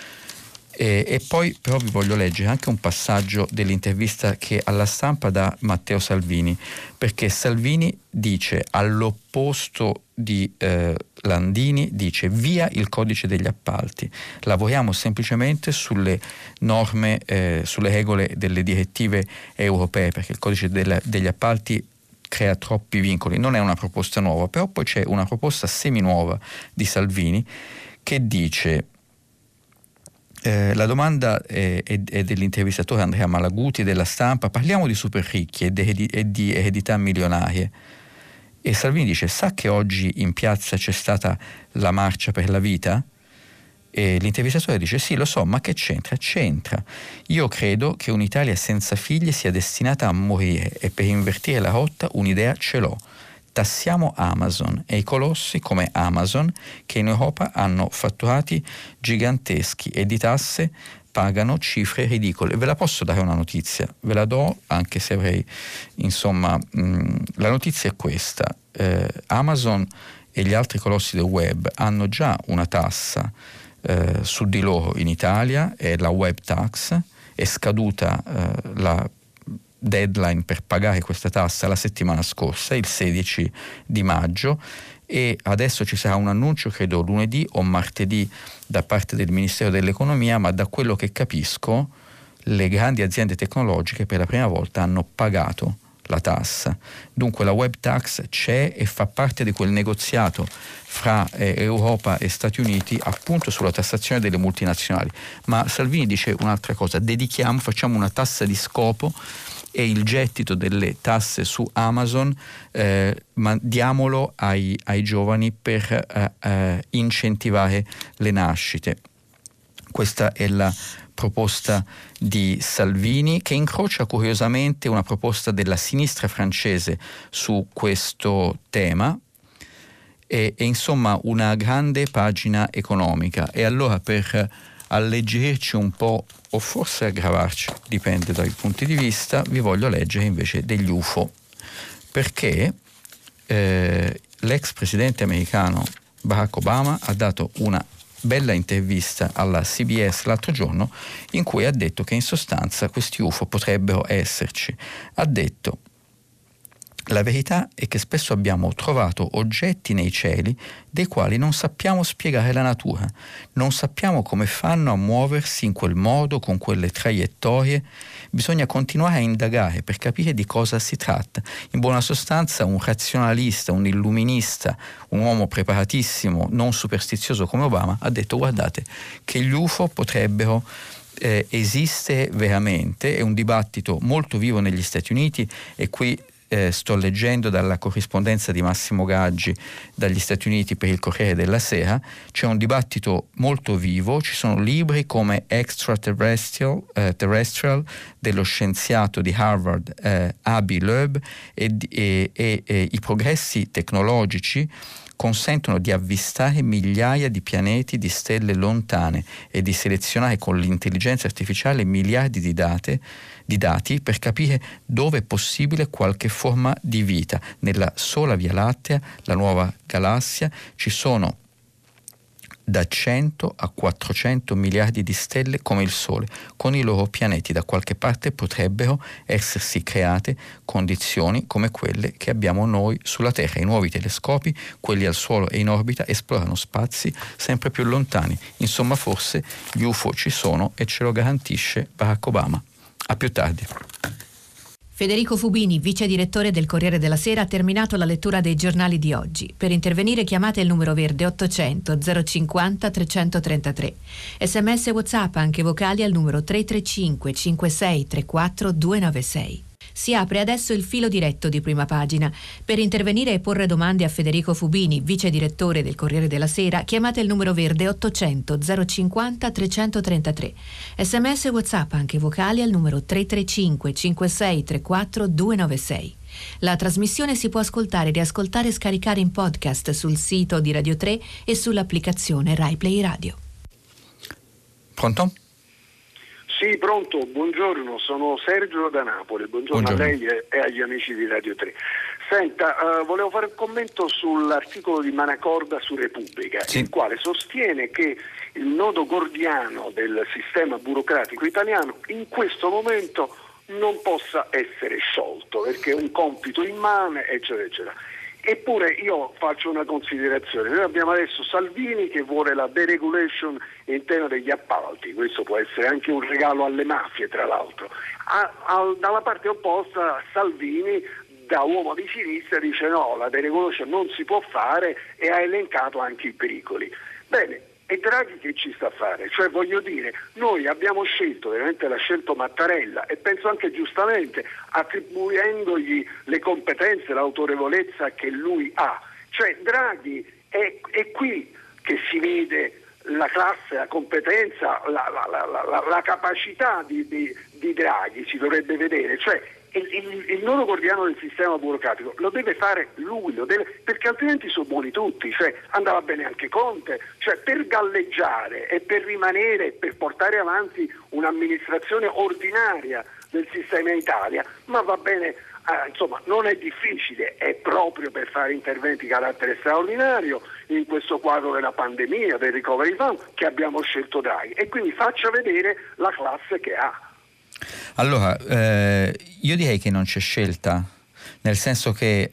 E poi però vi voglio leggere anche un passaggio dell'intervista che alla Stampa dà Matteo Salvini, perché Salvini dice, all'opposto di Landini, dice: via il codice degli appalti, lavoriamo semplicemente sulle norme, sulle regole delle direttive europee, perché il codice degli appalti crea troppi vincoli. Non è una proposta nuova, però poi c'è una proposta seminuova di Salvini che dice: la domanda è dell'intervistatore Andrea Malaguti della Stampa, parliamo di super ricchi e di eredità milionarie. E Salvini dice: sa che oggi in piazza c'è stata la marcia per la vita? E l'intervistatore dice: sì, lo so, ma che c'entra? C'entra. Io credo che un'Italia senza figli sia destinata a morire, e per invertire la rotta un'idea ce l'ho. Tassiamo Amazon e i colossi come Amazon, che in Europa hanno fatturati giganteschi e di tasse pagano cifre ridicole. Ve la posso dare una notizia? Ve la do, anche se avrei, insomma, la notizia è questa. Amazon e gli altri colossi del web hanno già una tassa su di loro in Italia, è la web tax. È scaduta la deadline per pagare questa tassa la settimana scorsa, il 16 di maggio, e adesso ci sarà un annuncio, credo lunedì o martedì, da parte del Ministero dell'Economia, ma da quello che capisco le grandi aziende tecnologiche per la prima volta hanno pagato la tassa. Dunque la web tax c'è e fa parte di quel negoziato fra Europa e Stati Uniti, appunto sulla tassazione delle multinazionali. Ma Salvini dice un'altra cosa: facciamo una tassa di scopo, e il gettito delle tasse su Amazon diamolo ai giovani per incentivare le nascite. Questa è la proposta di Salvini, che incrocia curiosamente una proposta della sinistra francese su questo tema, e insomma una grande pagina economica. E allora, per alleggerirci un po' o forse aggravarci, dipende dai punti di vista, vi voglio leggere invece degli UFO, perché l'ex presidente americano Barack Obama ha dato una bella intervista alla CBS l'altro giorno, in cui ha detto che in sostanza questi UFO potrebbero esserci. Ha detto: la verità è che spesso abbiamo trovato oggetti nei cieli dei quali non sappiamo spiegare la natura, non sappiamo come fanno a muoversi in quel modo, con quelle traiettorie. Bisogna continuare a indagare per capire di cosa si tratta. In buona sostanza, un razionalista, un illuminista, un uomo preparatissimo, non superstizioso come Obama, ha detto: guardate che gli UFO potrebbero esistere veramente. È un dibattito molto vivo negli Stati Uniti, e qui sto leggendo dalla corrispondenza di Massimo Gaggi dagli Stati Uniti per il Corriere della Sera. C'è un dibattito molto vivo, ci sono libri come Extraterrestrial dello scienziato di Harvard Avi Loeb, e i progressi tecnologici consentono di avvistare migliaia di pianeti di stelle lontane e di selezionare con l'intelligenza artificiale miliardi di dati per capire dove è possibile qualche forma di vita. Nella sola Via Lattea, la nuova galassia, ci sono da 100 a 400 miliardi di stelle come il Sole. Con i loro pianeti da qualche parte potrebbero essersi create condizioni come quelle che abbiamo noi sulla Terra. I nuovi telescopi, quelli al suolo e in orbita, esplorano spazi sempre più lontani. Insomma, forse gli UFO ci sono e ce lo garantisce Barack Obama. A più tardi. Federico Fubini, vice direttore del Corriere della Sera, ha terminato la lettura dei giornali di oggi. Per intervenire chiamate il numero verde 800 050 333. SMS WhatsApp anche vocali al numero 335 56 34 296. Si apre adesso il filo diretto di Prima Pagina. Per intervenire e porre domande a Federico Fubini, vice direttore del Corriere della Sera, chiamate il numero verde 800 050 333. SMS WhatsApp anche vocali al numero 335 56 34 296. La trasmissione si può ascoltare, riascoltare e scaricare in podcast sul sito di Radio 3 e sull'applicazione Rai Play Radio. Pronto? Sì, pronto, buongiorno, sono Sergio da Napoli, buongiorno. A lei e agli amici di Radio 3. Senta, volevo fare un commento sull'articolo di Manacorda su Repubblica, sì, il quale sostiene che il nodo gordiano del sistema burocratico italiano in questo momento non possa essere sciolto, perché è un compito immane, eccetera, eccetera. Eppure io faccio una considerazione: noi abbiamo adesso Salvini che vuole la deregulation in tema degli appalti, questo può essere anche un regalo alle mafie, tra l'altro. Dalla parte opposta Salvini, da uomo di sinistra, dice no, la deregulation non si può fare, e ha elencato anche i pericoli. Bene, e Draghi che ci sta a fare? Cioè, voglio dire, noi abbiamo scelto, veramente l'ha scelto Mattarella, e penso anche giustamente, attribuendogli le competenze, l'autorevolezza che lui ha. Cioè, Draghi è qui che si vede la classe, la competenza, la capacità di Draghi si dovrebbe vedere. Cioè, il nodo gordiano del sistema burocratico lo deve fare lui, perché altrimenti sono buoni tutti. Cioè, andava bene anche Conte. Cioè, per galleggiare e per rimanere, per portare avanti un'amministrazione ordinaria del sistema Italia, ma va bene, insomma, non è difficile, è proprio per fare interventi di carattere straordinario in questo quadro della pandemia, del recovery fund, che abbiamo scelto Draghi, e quindi faccia vedere la classe che ha. Allora, io direi che non c'è scelta, nel senso che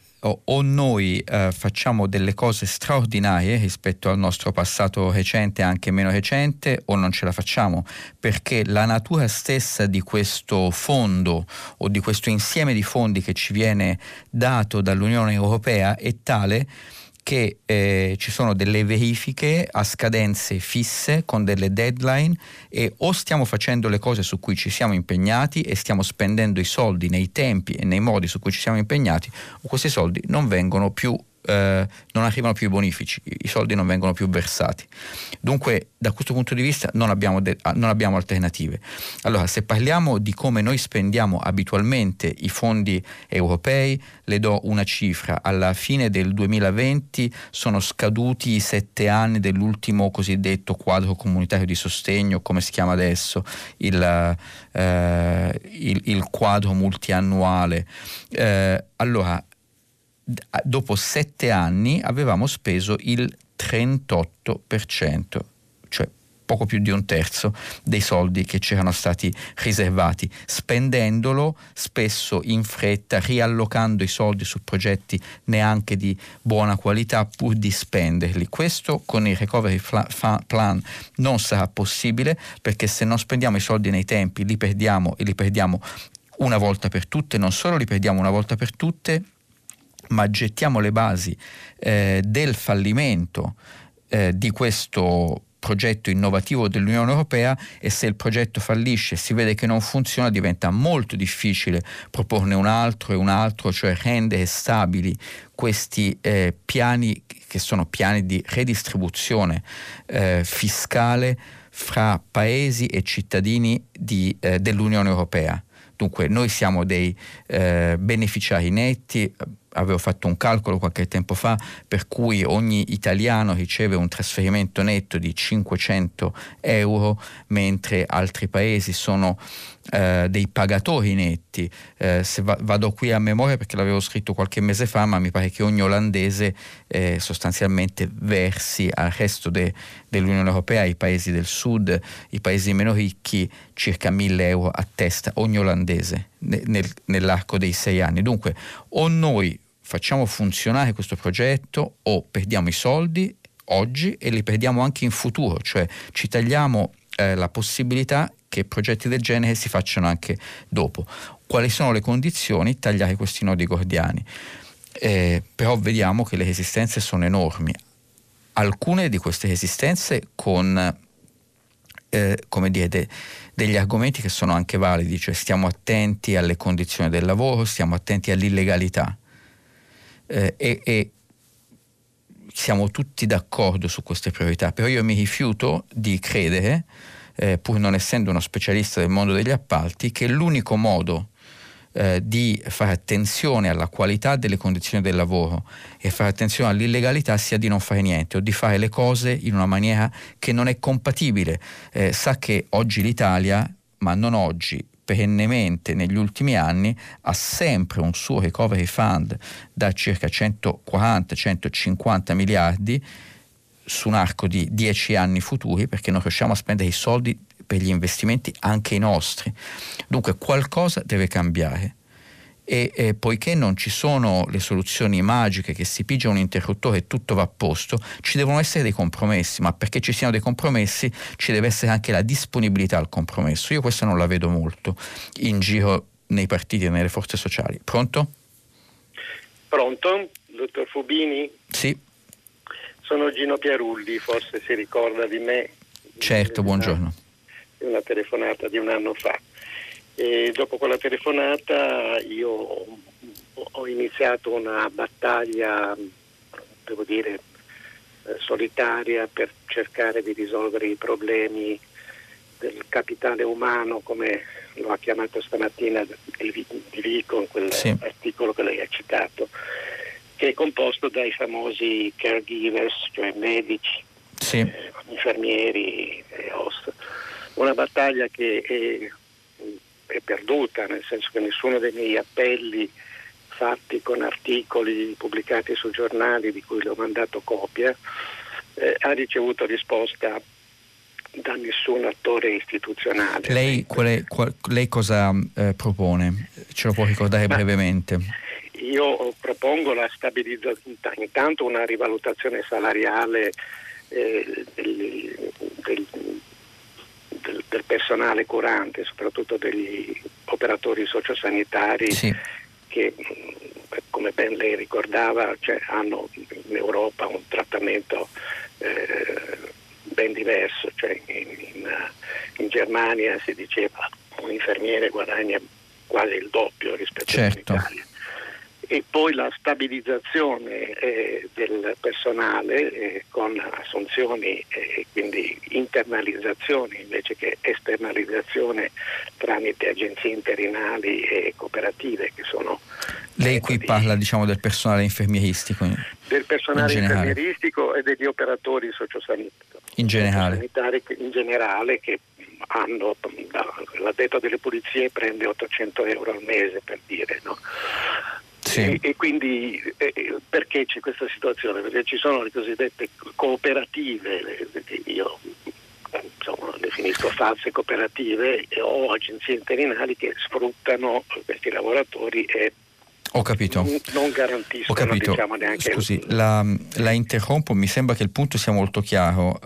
o noi facciamo delle cose straordinarie rispetto al nostro passato recente, anche meno recente, o non ce la facciamo, perché la natura stessa di questo fondo o di questo insieme di fondi che ci viene dato dall'Unione Europea è tale che ci sono delle verifiche a scadenze fisse con delle deadline, e o stiamo facendo le cose su cui ci siamo impegnati e stiamo spendendo i soldi nei tempi e nei modi su cui ci siamo impegnati, o questi soldi non vengono più non arrivano più i bonifici, i soldi non vengono più versati. Dunque, da questo punto di vista non abbiamo alternative. Allora, se parliamo di come noi spendiamo abitualmente i fondi europei, le do una cifra: alla fine del 2020 sono scaduti i 7 anni dell'ultimo cosiddetto quadro comunitario di sostegno, come si chiama adesso, il quadro multiannuale. Allora, dopo 7 anni avevamo speso il 38%, cioè poco più di un terzo dei soldi che ci erano stati riservati, spendendolo spesso in fretta, riallocando i soldi su progetti neanche di buona qualità pur di spenderli. Questo con il recovery plan non sarà possibile, perché se non spendiamo i soldi nei tempi li perdiamo, e li perdiamo una volta per tutte. Non solo li perdiamo una volta per tutte, ma gettiamo le basi del fallimento di questo progetto innovativo dell'Unione Europea, e se il progetto fallisce e si vede che non funziona, diventa molto difficile proporne un altro, cioè rendere stabili questi piani, che sono piani di redistribuzione fiscale fra paesi e cittadini dell'Unione Europea. Dunque noi siamo dei beneficiari netti, avevo fatto un calcolo qualche tempo fa per cui ogni italiano riceve un trasferimento netto di 500 euro, mentre altri paesi sono dei pagatori netti. Se vado qui a memoria perché l'avevo scritto qualche mese fa, ma mi pare che ogni olandese sostanzialmente versi al resto dell'Unione Europea, i paesi del sud, i paesi meno ricchi, circa 1.000 euro a testa, ogni olandese nell'arco dei 6 anni. Dunque o noi facciamo funzionare questo progetto o perdiamo i soldi oggi e li perdiamo anche in futuro, cioè ci tagliamo la possibilità che progetti del genere si facciano anche dopo. Quali sono le condizioni? Tagliare questi nodi gordiani. Però vediamo che le resistenze sono enormi. Alcune di queste resistenze con degli argomenti che sono anche validi, cioè stiamo attenti alle condizioni del lavoro, stiamo attenti all'illegalità e siamo tutti d'accordo su queste priorità, però io mi rifiuto di credere, pur non essendo uno specialista del mondo degli appalti, che l'unico modo di fare attenzione alla qualità delle condizioni del lavoro e fare attenzione all'illegalità sia di non fare niente o di fare le cose in una maniera che non è compatibile. Sa che oggi l'Italia, ma non oggi, perennemente negli ultimi anni, ha sempre un suo recovery fund da circa 140-150 miliardi su un arco di 10 anni futuri, perché non riusciamo a spendere i soldi per gli investimenti anche i nostri. Dunque qualcosa deve cambiare e poiché non ci sono le soluzioni magiche che si pigia un interruttore e tutto va a posto, ci devono essere dei compromessi, ma perché ci siano dei compromessi ci deve essere anche la disponibilità al compromesso. Io questa non la vedo molto in giro nei partiti e nelle forze sociali. Pronto? Pronto? Dottor Fubini? Sì. Sono Gino Piarulli, forse si ricorda di me. Certo, buongiorno. Una telefonata di un anno fa. E dopo quella telefonata io ho iniziato una battaglia, devo dire, solitaria per cercare di risolvere i problemi del capitale umano, come lo ha chiamato stamattina di Vico in quell'articolo che lei ha citato, che è composto dai famosi caregivers, cioè medici, infermieri e host. Una battaglia che è perduta, nel senso che nessuno dei miei appelli fatti con articoli pubblicati su giornali di cui le ho mandato copia ha ricevuto risposta da nessun attore istituzionale. Lei cosa propone? Ce lo può ricordare brevemente? Io propongo la stabilizzazione, intanto una rivalutazione salariale del personale curante, soprattutto degli operatori sociosanitari, che, come ben lei ricordava, hanno in Europa un trattamento ben diverso, cioè in Germania si diceva un infermiere guadagna quasi il doppio rispetto all'Italia. E poi la stabilizzazione del personale con assunzioni e quindi internalizzazioni invece che esternalizzazione tramite agenzie interinali e cooperative che sono... Lei qui parla del personale infermieristico? Del personale infermieristico e degli operatori sociosanitari. In generale che hanno, l'addetto delle pulizie prende 800 euro al mese, per dire, no? E quindi perché c'è questa situazione? Perché ci sono le cosiddette cooperative, io definisco false cooperative, o agenzie interinali che sfruttano questi lavoratori e ho capito. Non garantiscono, diciamo, neanche. Scusi, la interrompo, mi sembra che il punto sia molto chiaro.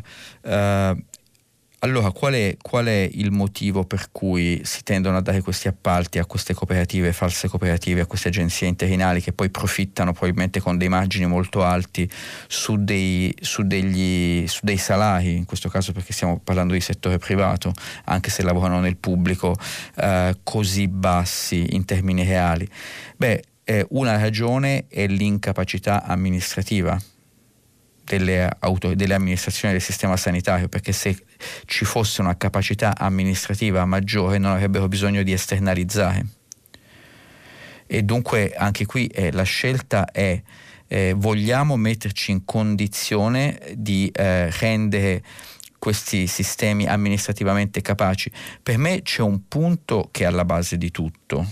Allora, qual è il motivo per cui si tendono a dare questi appalti a queste cooperative, false cooperative, a queste agenzie interinali che poi profittano probabilmente con dei margini molto alti su dei salari, in questo caso perché stiamo parlando di settore privato, anche se lavorano nel pubblico, così bassi in termini reali? Una ragione è l'incapacità amministrativa delle amministrazioni del sistema sanitario, perché se ci fosse una capacità amministrativa maggiore non avrebbero bisogno di esternalizzare. E dunque anche qui la scelta è vogliamo metterci in condizione di rendere questi sistemi amministrativamente capaci. Per me c'è un punto che è alla base di tutto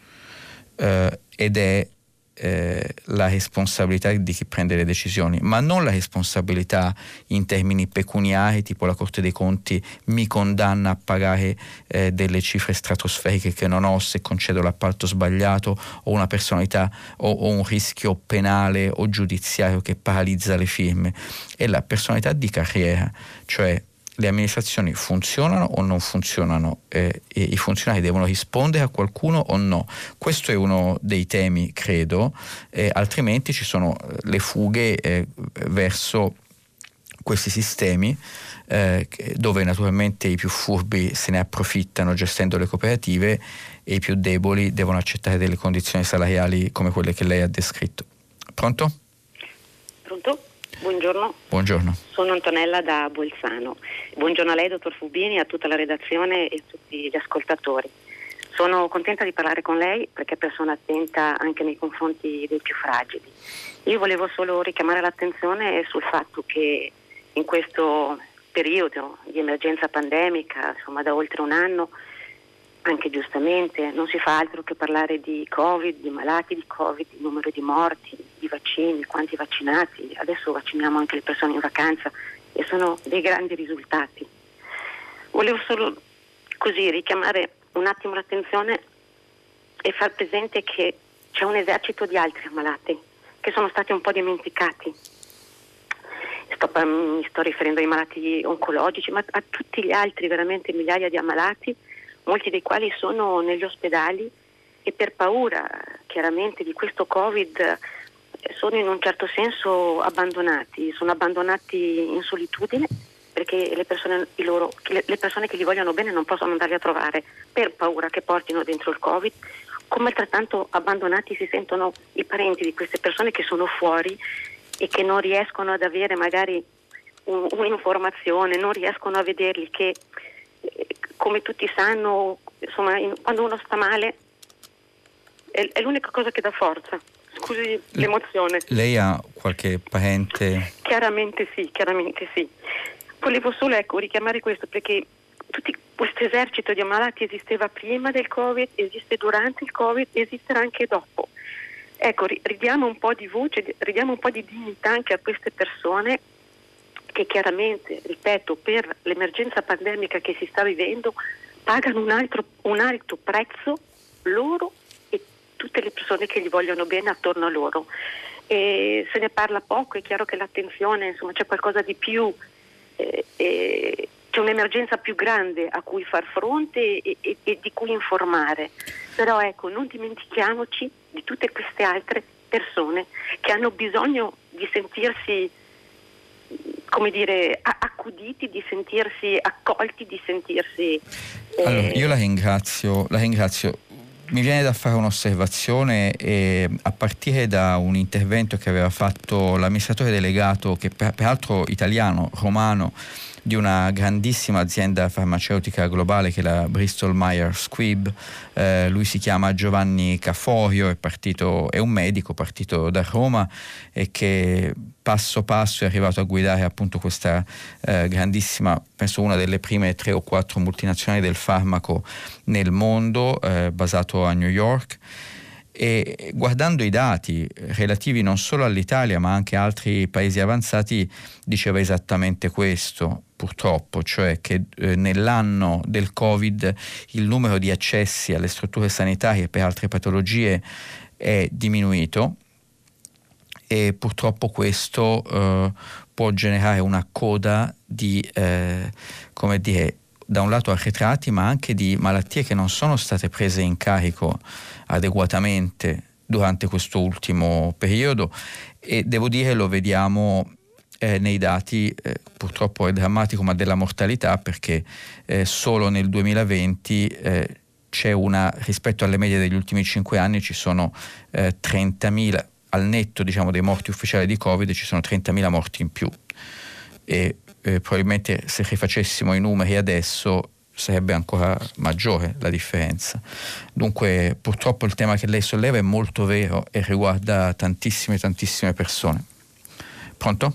ed è la responsabilità di chi prende le decisioni, ma non la responsabilità in termini pecuniari, tipo la Corte dei Conti mi condanna a pagare delle cifre stratosferiche che non ho se concedo l'appalto sbagliato, o una personalità o un rischio penale o giudiziario che paralizza le firme. È la personalità di carriera, cioè le amministrazioni funzionano o non funzionano, e i funzionari devono rispondere a qualcuno o no. Questo è uno dei temi, credo, altrimenti ci sono le fughe verso questi sistemi dove naturalmente i più furbi se ne approfittano gestendo le cooperative e i più deboli devono accettare delle condizioni salariali come quelle che lei ha descritto. Pronto? Pronto? Buongiorno. Buongiorno. Sono Antonella da Bolzano. Buongiorno a lei, dottor Fubini, a tutta la redazione e a tutti gli ascoltatori. Sono contenta di parlare con lei perché è persona attenta anche nei confronti dei più fragili. Io volevo solo richiamare l'attenzione sul fatto che in questo periodo di emergenza pandemica, insomma da oltre un anno, anche giustamente, non si fa altro che parlare di Covid, di malati di Covid, di numero di morti, di vaccini, quanti vaccinati. Adesso vacciniamo anche le persone in vacanza e sono dei grandi risultati. Volevo solo così richiamare un attimo l'attenzione e far presente che c'è un esercito di altri ammalati che sono stati un po' dimenticati. Mi sto riferendo ai malati oncologici, ma a tutti gli altri, veramente migliaia di ammalati, molti dei quali sono negli ospedali e per paura chiaramente di questo Covid sono in un certo senso abbandonati, sono abbandonati in solitudine perché le persone che gli vogliono bene non possono andarli a trovare per paura che portino dentro il Covid, come altrettanto abbandonati si sentono i parenti di queste persone che sono fuori e che non riescono ad avere magari un'informazione, non riescono a vederli, che come tutti sanno, insomma, quando uno sta male è l'unica cosa che dà forza. Scusi l'emozione. Lei ha qualche parente? Chiaramente sì. Volevo solo richiamare questo perché questo esercito di ammalati esisteva prima del Covid, esiste durante il Covid, esisterà anche dopo. Ecco, ridiamo un po' di voce, ridiamo un po' di dignità anche a queste persone che chiaramente, ripeto, per l'emergenza pandemica che si sta vivendo pagano un alto prezzo loro e tutte le persone che gli vogliono bene attorno a loro. E se ne parla poco, è chiaro che l'attenzione, insomma, c'è qualcosa di più, c'è un'emergenza più grande a cui far fronte e di cui informare. Però ecco, non dimentichiamoci di tutte queste altre persone che hanno bisogno di sentirsi, come dire, accuditi, di sentirsi accolti, di sentirsi... Allora, io la ringrazio. Mi viene da fare un'osservazione a partire da un intervento che aveva fatto l'amministratore delegato, che peraltro italiano, romano, di una grandissima azienda farmaceutica globale che è la Bristol Myers Squibb. Lui si chiama Giovanni Caforio, è un medico partito da Roma e che passo passo è arrivato a guidare appunto questa grandissima, penso una delle prime 3 o 4 multinazionali del farmaco nel mondo, basato a New York. E guardando i dati relativi non solo all'Italia ma anche a altri paesi avanzati, diceva esattamente questo, purtroppo, cioè che nell'anno del Covid il numero di accessi alle strutture sanitarie per altre patologie è diminuito e purtroppo questo può generare una coda di, come dire, da un lato arretrati, ma anche di malattie che non sono state prese in carico adeguatamente durante questo ultimo periodo, e devo dire lo vediamo nei dati, purtroppo è drammatico, ma della mortalità, perché solo nel 2020 c'è rispetto alle medie degli ultimi 5 anni ci sono 30.000, al netto diciamo dei morti ufficiali di Covid ci sono 30.000 morti in più, e probabilmente se rifacessimo i numeri adesso sarebbe ancora maggiore la differenza. Dunque purtroppo il tema che lei solleva è molto vero e riguarda tantissime persone. Pronto?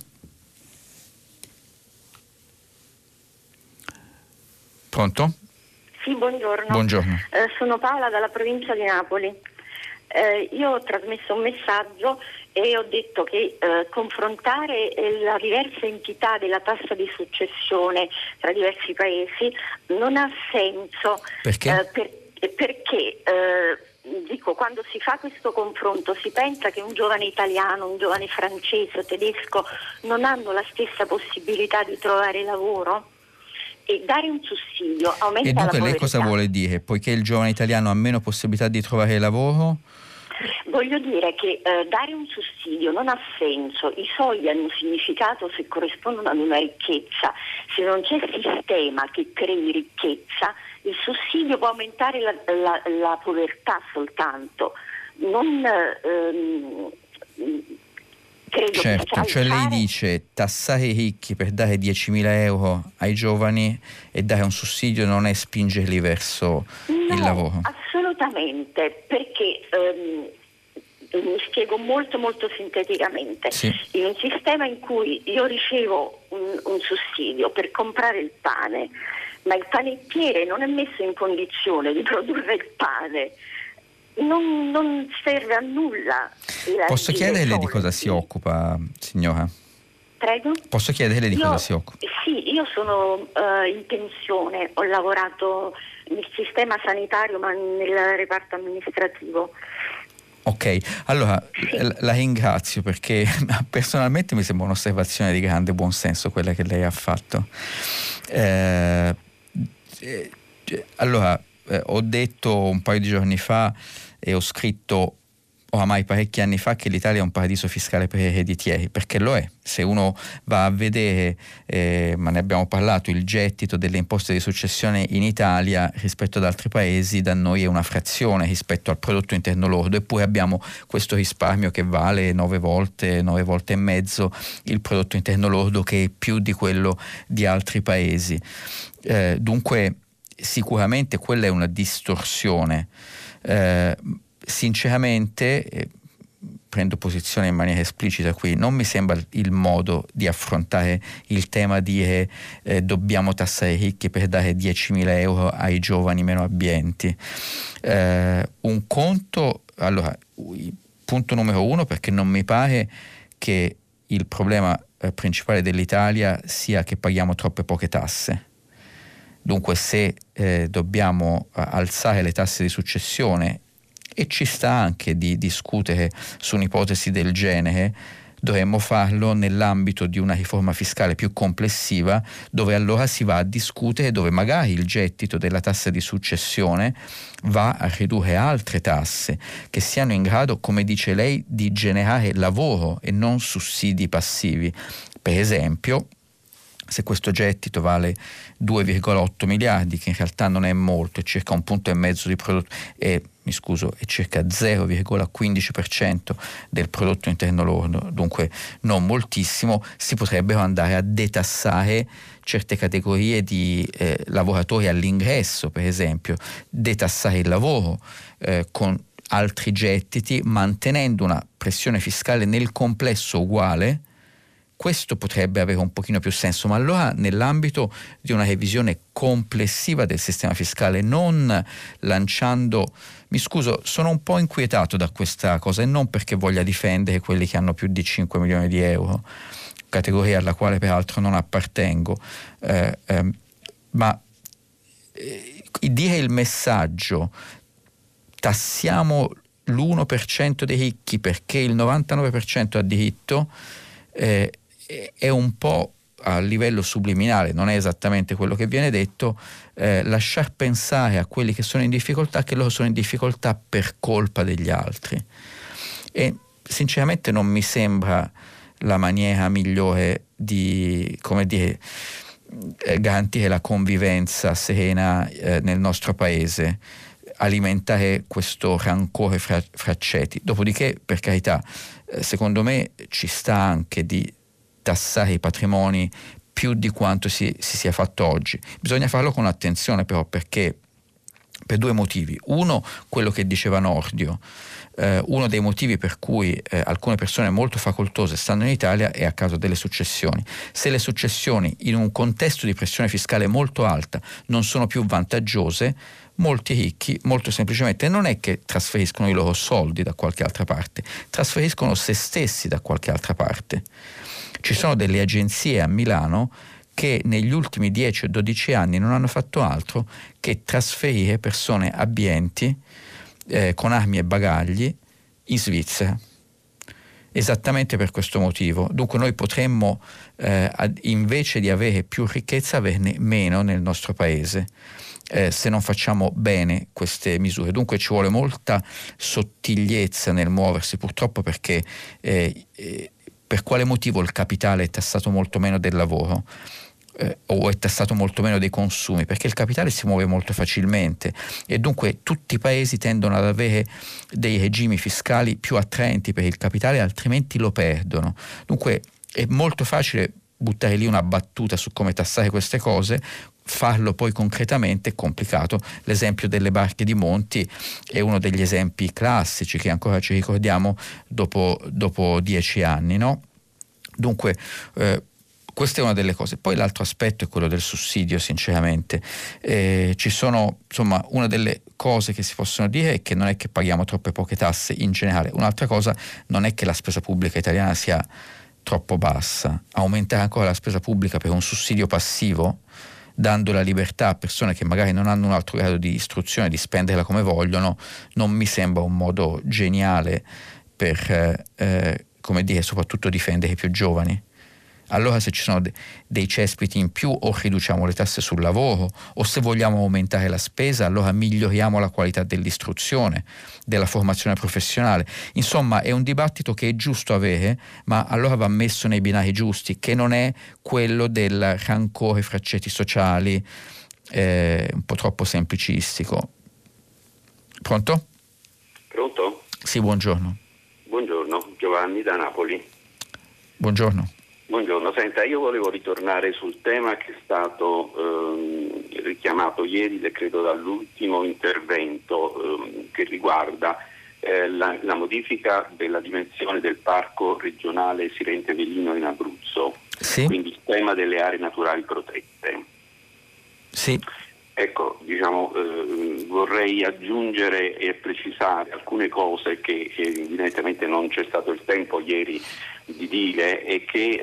Pronto? Sì, buongiorno. Buongiorno. Sono Paola dalla provincia di Napoli. Io ho trasmesso un messaggio e ho detto che confrontare la diversa entità della tassa di successione tra diversi paesi non ha senso. Perché? Perché dico, quando si fa questo confronto si pensa che un giovane italiano, un giovane francese o tedesco non hanno la stessa possibilità di trovare lavoro? E dare un sussidio aumenta e dunque la povertà. Lei cosa vuole dire? Poiché il giovane italiano ha meno possibilità di trovare lavoro? Voglio dire che dare un sussidio non ha senso. I soldi hanno un significato se corrispondono ad una ricchezza. Se non c'è sistema che crei ricchezza, il sussidio può aumentare la povertà soltanto. Non credo certo, che cioè lei dice tassare i ricchi per dare 10.000 euro ai giovani e dare un sussidio non è spingerli verso il lavoro? Assolutamente, perché mi spiego molto sinteticamente. Sì. In un sistema in cui io ricevo un sussidio per comprare il pane, ma il panettiere non è messo in condizione di produrre il pane, non serve a nulla. Posso chiederle di cosa si occupa, signora? Prego? Posso chiederle di cosa si occupa? Sì, io sono in pensione, ho lavorato nel sistema sanitario ma nel reparto amministrativo. Ok, allora la ringrazio perché personalmente mi sembra un'osservazione di grande buonsenso quella che lei ha fatto. Ho detto un paio di giorni fa e ho scritto oramai parecchi anni fa che l'Italia è un paradiso fiscale per ereditieri, perché lo è. Se uno va a vedere, ma ne abbiamo parlato, il gettito delle imposte di successione in Italia rispetto ad altri paesi, da noi è una frazione rispetto al prodotto interno lordo, eppure abbiamo questo risparmio che vale 9 volte e mezzo il prodotto interno lordo, che è più di quello di altri paesi. Dunque sicuramente quella è una distorsione. Sinceramente, prendo posizione in maniera esplicita qui, non mi sembra il modo di affrontare il tema di dire dobbiamo tassare i ricchi per dare 10.000 euro ai giovani meno abbienti. Un conto, allora, punto numero 1, perché non mi pare che il problema principale dell'Italia sia che paghiamo troppe poche tasse. Dunque se dobbiamo alzare le tasse di successione, e ci sta anche di discutere su un'ipotesi del genere, dovremmo farlo nell'ambito di una riforma fiscale più complessiva, dove allora si va a discutere, dove magari il gettito della tassa di successione va a ridurre altre tasse che siano in grado, come dice lei, di generare lavoro e non sussidi passivi. Per esempio, se questo gettito vale 2,8 miliardi, che in realtà non è molto, è circa 1,5 punti di prodotto, è circa 0,15% del prodotto interno lordo, dunque non moltissimo, si potrebbero andare a detassare certe categorie di lavoratori all'ingresso, per esempio, detassare il lavoro con altri gettiti, mantenendo una pressione fiscale nel complesso uguale. Questo potrebbe avere un pochino più senso, ma allora nell'ambito di una revisione complessiva del sistema fiscale, non lanciando... Mi scuso, sono un po' inquietato da questa cosa, e non perché voglia difendere quelli che hanno più di 5 milioni di euro, categoria alla quale peraltro non appartengo, ma dire il messaggio tassiamo l'1% dei ricchi perché il 99% ha diritto, è un po' a livello subliminale, non è esattamente quello che viene detto, lasciar pensare a quelli che sono in difficoltà che loro sono in difficoltà per colpa degli altri, e sinceramente non mi sembra la maniera migliore di, come dire, garantire la convivenza serena nel nostro paese, alimentare questo rancore fra ceti. Dopodiché, per carità, secondo me ci sta anche di tassare i patrimoni più di quanto si sia fatto oggi. Bisogna farlo con attenzione però, perché per due motivi. Uno, quello che diceva Nordio, uno dei motivi per cui alcune persone molto facoltose stanno in Italia è a causa delle successioni. Se le successioni in un contesto di pressione fiscale molto alta non sono più vantaggiose, molti ricchi molto semplicemente non è che trasferiscono i loro soldi da qualche altra parte, trasferiscono se stessi da qualche altra parte. Ci sono delle agenzie a Milano che negli ultimi 10 o 12 anni non hanno fatto altro che trasferire persone abbienti con armi e bagagli in Svizzera, esattamente per questo motivo. Dunque noi potremmo invece di avere più ricchezza averne meno nel nostro paese se non facciamo bene queste misure. Dunque ci vuole molta sottigliezza nel muoversi, purtroppo, perché per quale motivo il capitale è tassato molto meno del lavoro? O è tassato molto meno dei consumi? Perché il capitale si muove molto facilmente e dunque tutti i paesi tendono ad avere dei regimi fiscali più attraenti per il capitale, altrimenti lo perdono. Dunque è molto facile buttare lì una battuta su come tassare queste cose, farlo poi concretamente è complicato. L'esempio delle barche di Monti è uno degli esempi classici che ancora ci ricordiamo dopo 10 anni, no? Dunque questa è una delle cose. Poi l'altro aspetto è quello del sussidio, sinceramente. Ci sono, insomma, una delle cose che si possono dire è che non è che paghiamo troppe poche tasse in generale. Un'altra cosa non è che la spesa pubblica italiana sia troppo bassa. Aumentare ancora la spesa pubblica per un sussidio passivo, dando la libertà a persone che magari non hanno un altro grado di istruzione di spenderla come vogliono, non mi sembra un modo geniale per, come dire, soprattutto difendere i più giovani. Allora se ci sono dei cespiti in più, o riduciamo le tasse sul lavoro, o se vogliamo aumentare la spesa, allora miglioriamo la qualità dell'istruzione, della formazione professionale. Insomma, è un dibattito che è giusto avere, ma allora va messo nei binari giusti, che non è quello del rancore fra ceti sociali, un po' troppo semplicistico. Pronto? Pronto? Sì, buongiorno. Buongiorno, Giovanni da Napoli. Buongiorno. Buongiorno, senta, io volevo ritornare sul tema che è stato richiamato ieri, credo dall'ultimo intervento, che riguarda la modifica della dimensione del parco regionale Sirente Velino in Abruzzo, sì. Quindi il tema delle aree naturali protette. Sì. Ecco, vorrei aggiungere e precisare alcune cose che evidentemente non c'è stato il tempo ieri di dire e che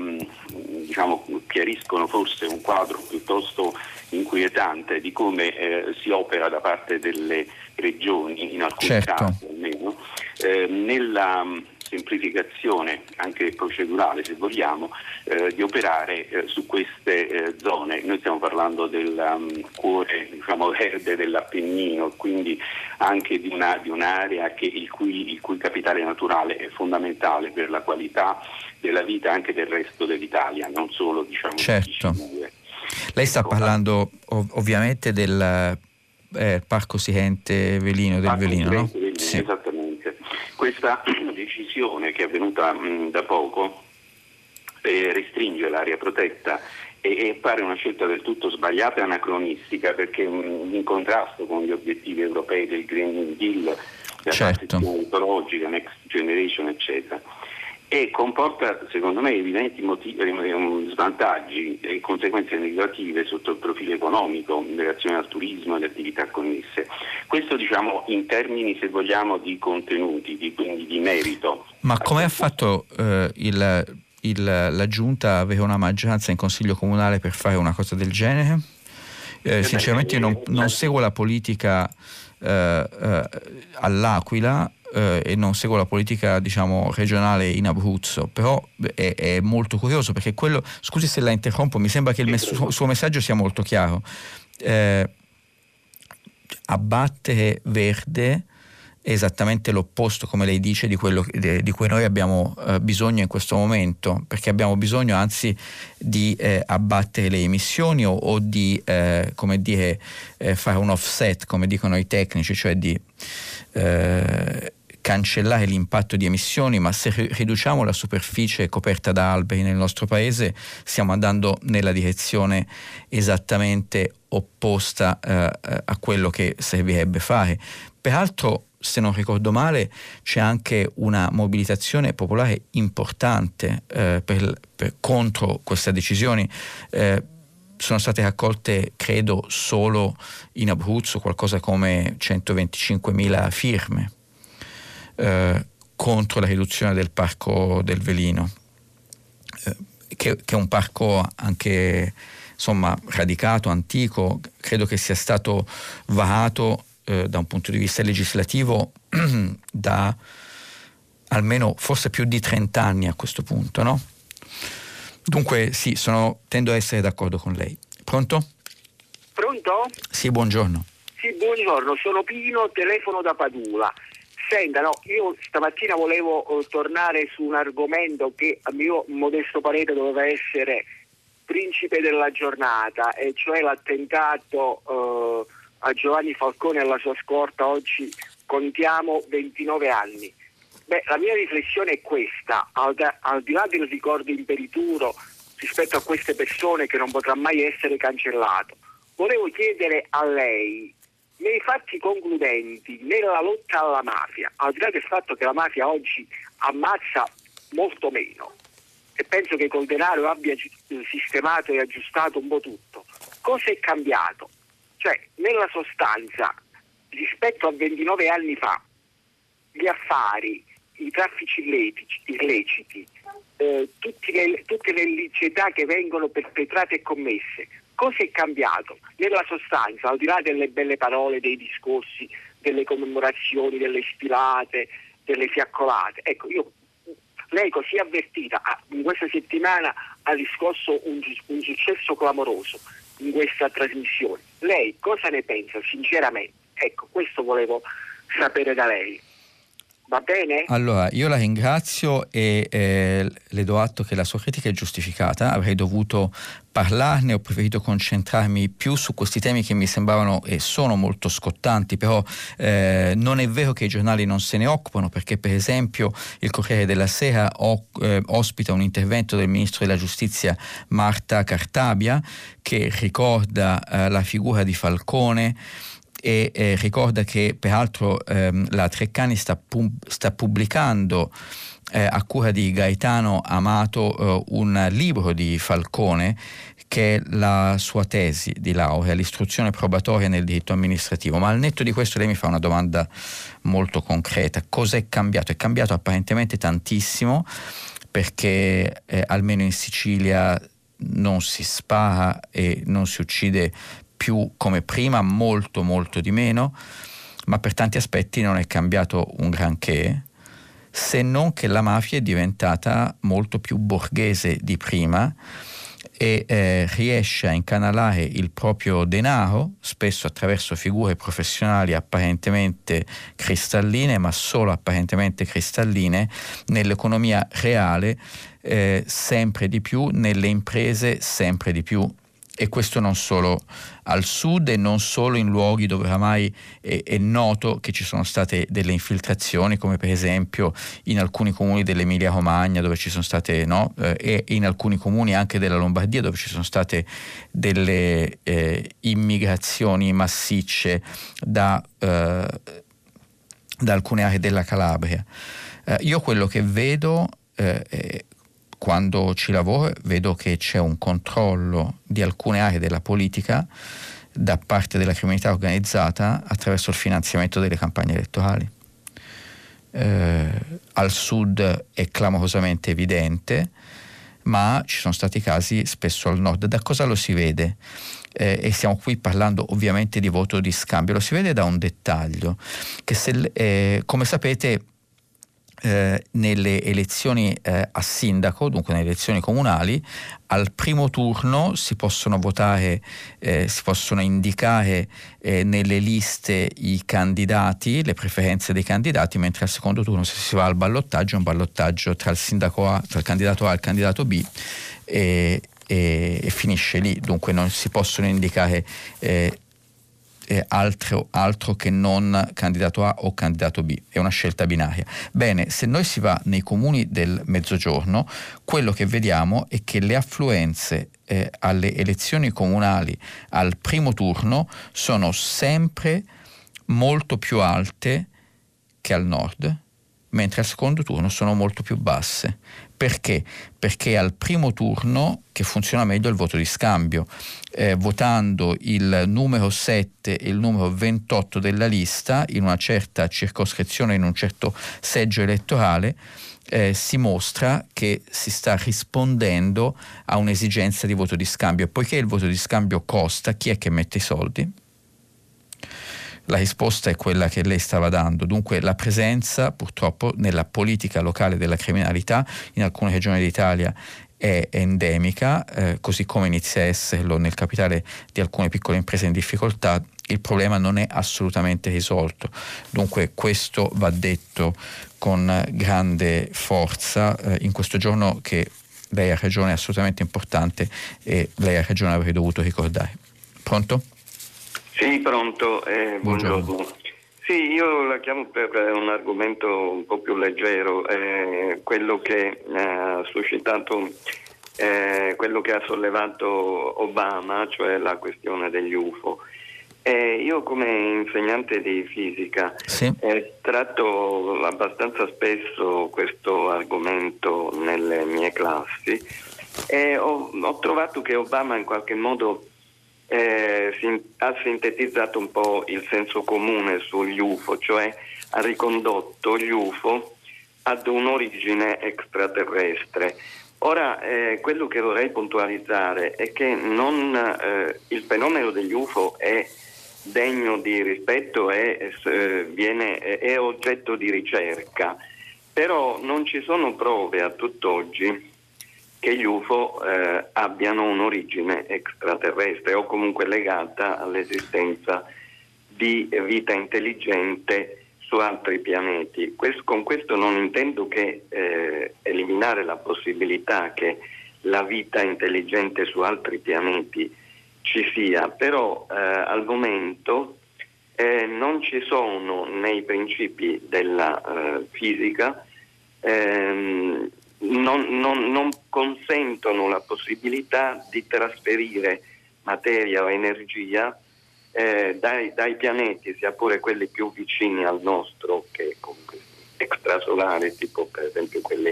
chiariscono forse un quadro piuttosto inquietante di come si opera da parte delle regioni, in alcuni casi almeno, nella semplificazione anche procedurale, se vogliamo, di operare su queste zone. Noi stiamo parlando del cuore, verde dell'Appennino, quindi anche di un'area il cui capitale naturale è fondamentale per la qualità della vita anche del resto dell'Italia, non solo certo. Lei sta parlando ovviamente del Parco Sirente Velino, del Velino, no? Sì. Esattamente. Questa decisione che è avvenuta da poco restringe l'area protetta e pare una scelta del tutto sbagliata e anacronistica, perché in contrasto con gli obiettivi europei del Green New Deal, della transizione ecologica, Next Generation, eccetera. E comporta, secondo me, evidenti svantaggi e conseguenze negative sotto il profilo economico in relazione al turismo e alle attività connesse. Questo in termini, se vogliamo, di contenuti, quindi di merito. Ma come ha fatto la Giunta a avere una maggioranza in Consiglio Comunale per fare una cosa del genere? Sinceramente io non seguo la politica all'Aquila, e non seguo la politica regionale in Abruzzo, però è molto curioso, perché quello, scusi se la interrompo, mi sembra che il suo messaggio sia molto chiaro. Abbattere verde è esattamente l'opposto, come lei dice, di quello di cui noi abbiamo bisogno in questo momento, perché abbiamo bisogno anzi di abbattere le emissioni o di fare un offset, come dicono i tecnici, cioè di cancellare l'impatto di emissioni, ma se riduciamo la superficie coperta da alberi nel nostro paese stiamo andando nella direzione esattamente opposta a quello che servirebbe fare. Peraltro, se non ricordo male, c'è anche una mobilitazione popolare importante contro queste decisioni. Sono state raccolte, credo, solo in Abruzzo qualcosa come 125.000 firme contro la riduzione del Parco del Velino, che è un parco anche radicato, antico. Credo che sia stato varato da un punto di vista legislativo da almeno forse più di 30 anni a questo punto, no? Dunque sì, tendo a essere d'accordo con lei. Pronto? Pronto? Sì, buongiorno. Sì, buongiorno, sono Pino, telefono da Padula. Senta, no, io stamattina volevo tornare su un argomento che a mio modesto parere doveva essere principe della giornata, e cioè l'attentato a Giovanni Falcone e alla sua scorta. Oggi contiamo 29 anni. La mia riflessione è questa: al di là del ricordo imperituro rispetto a queste persone che non potrà mai essere cancellato, volevo chiedere a lei, nei fatti concludenti, nella lotta alla mafia, al di là del fatto che la mafia oggi ammazza molto meno, e penso che col denaro abbia sistemato e aggiustato un po' tutto, cosa è cambiato? Cioè, nella sostanza, rispetto a 29 anni fa, gli affari, i traffici illeciti, tutte le illiceità che vengono perpetrate e commesse, cosa è cambiato? Nella sostanza, al di là delle belle parole, dei discorsi, delle commemorazioni, delle sfilate, delle fiaccolate, ecco, lei così avvertita, in questa settimana ha riscosso un successo clamoroso in questa trasmissione. Lei cosa ne pensa sinceramente? Ecco, questo volevo sapere da lei. Va bene? Allora, io la ringrazio e le do atto che la sua critica è giustificata. Avrei dovuto parlarne, ho preferito concentrarmi più su questi temi che mi sembravano e sono molto scottanti, però non è vero che i giornali non se ne occupano, perché per esempio il Corriere della Sera ospita un intervento del Ministro della Giustizia Marta Cartabia, che ricorda la figura di Falcone e ricorda che peraltro la Treccani sta pubblicando a cura di Gaetano Amato un libro di Falcone che è la sua tesi di laurea, l'istruzione probatoria nel diritto amministrativo. Ma al netto di questo lei mi fa una domanda molto concreta: cosa è cambiato? È cambiato apparentemente tantissimo, perché almeno in Sicilia non si spara e non si uccide più come prima, molto molto di meno, ma per tanti aspetti non è cambiato un granché, se non che la mafia è diventata molto più borghese di prima e riesce a incanalare il proprio denaro, spesso attraverso figure professionali apparentemente cristalline, ma solo apparentemente cristalline, nell'economia reale sempre di più, nelle imprese sempre di più. E questo non solo al sud e non solo in luoghi dove oramai è noto che ci sono state delle infiltrazioni, come per esempio in alcuni comuni dell'Emilia Romagna, dove ci sono state, e in alcuni comuni anche della Lombardia, dove ci sono state delle immigrazioni massicce da alcune aree della Calabria. Io quello che vedo quando ci lavoro, vedo che c'è un controllo di alcune aree della politica da parte della criminalità organizzata attraverso il finanziamento delle campagne elettorali. Al sud è clamorosamente evidente, ma ci sono stati casi spesso al nord. Da cosa lo si vede? E stiamo qui parlando ovviamente di voto di scambio. Lo si vede da un dettaglio, che come sapete nelle elezioni a sindaco, dunque nelle elezioni comunali, al primo turno si possono votare, si possono indicare nelle liste i candidati, le preferenze dei candidati, mentre al secondo turno, se si va al ballottaggio, è un ballottaggio tra il sindaco A, tra il candidato A e il candidato B, e finisce lì. Dunque non si possono indicare altro che non candidato A o candidato B, è una scelta binaria. Bene, se noi si va nei comuni del Mezzogiorno, quello che vediamo è che le affluenze alle elezioni comunali al primo turno sono sempre molto più alte che al nord, mentre al secondo turno sono molto più basse. Perché? Perché al primo turno che funziona meglio il voto di scambio, votando il numero 7 e il numero 28 della lista in una certa circoscrizione, in un certo seggio elettorale, si mostra che si sta rispondendo a un'esigenza di voto di scambio. Poiché il voto di scambio costa, chi è che mette i soldi? La risposta è quella che lei stava dando. Dunque la presenza purtroppo nella politica locale della criminalità in alcune regioni d'Italia è endemica, così come inizia a esserlo nel capitale di alcune piccole imprese in difficoltà. Il problema non è assolutamente risolto, dunque questo va detto con grande forza in questo giorno che lei ha ragione, è assolutamente importante e lei ha ragione, avrei dovuto ricordare. Pronto? Sì, pronto, buongiorno. Sì, io la chiamo per un argomento un po' più leggero, quello che ha suscitato, quello che ha sollevato Obama, cioè la questione degli UFO. Io come insegnante di fisica tratto abbastanza spesso questo argomento nelle mie classi e ho trovato che Obama in qualche modo ha sintetizzato un po' il senso comune sugli UFO, cioè ha ricondotto gli UFO ad un'origine extraterrestre. Ora, quello che vorrei puntualizzare è che il fenomeno degli UFO è degno di rispetto e è oggetto di ricerca, però non ci sono prove a tutt'oggi che gli UFO abbiano un'origine extraterrestre o comunque legata all'esistenza di vita intelligente su altri pianeti. Con questo non intendo che eliminare la possibilità che la vita intelligente su altri pianeti ci sia, però al momento non ci sono nei principi della fisica, non consentono la possibilità di trasferire materia o energia dai pianeti, sia pure quelli più vicini al nostro, che comunque extrasolari, tipo per esempio quelli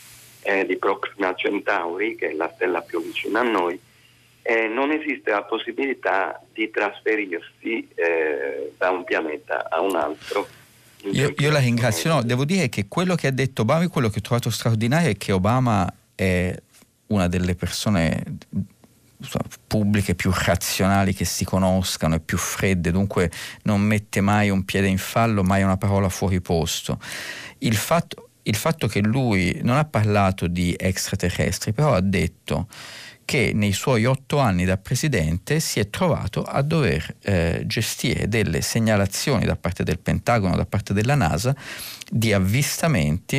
di Proxima Centauri, che è la stella più vicina a noi. Non esiste la possibilità di trasferirsi da un pianeta a un altro. Io la ringrazio. No, devo dire che quello che ha detto Obama e quello che ho trovato straordinario è che Obama è una delle persone pubbliche più razionali che si conoscano e più fredde, dunque non mette mai un piede in fallo, mai una parola fuori posto. Il fatto che lui non ha parlato di extraterrestri, però ha detto che nei suoi 8 anni da presidente si è trovato a dover gestire delle segnalazioni da parte del Pentagono, da parte della NASA, di avvistamenti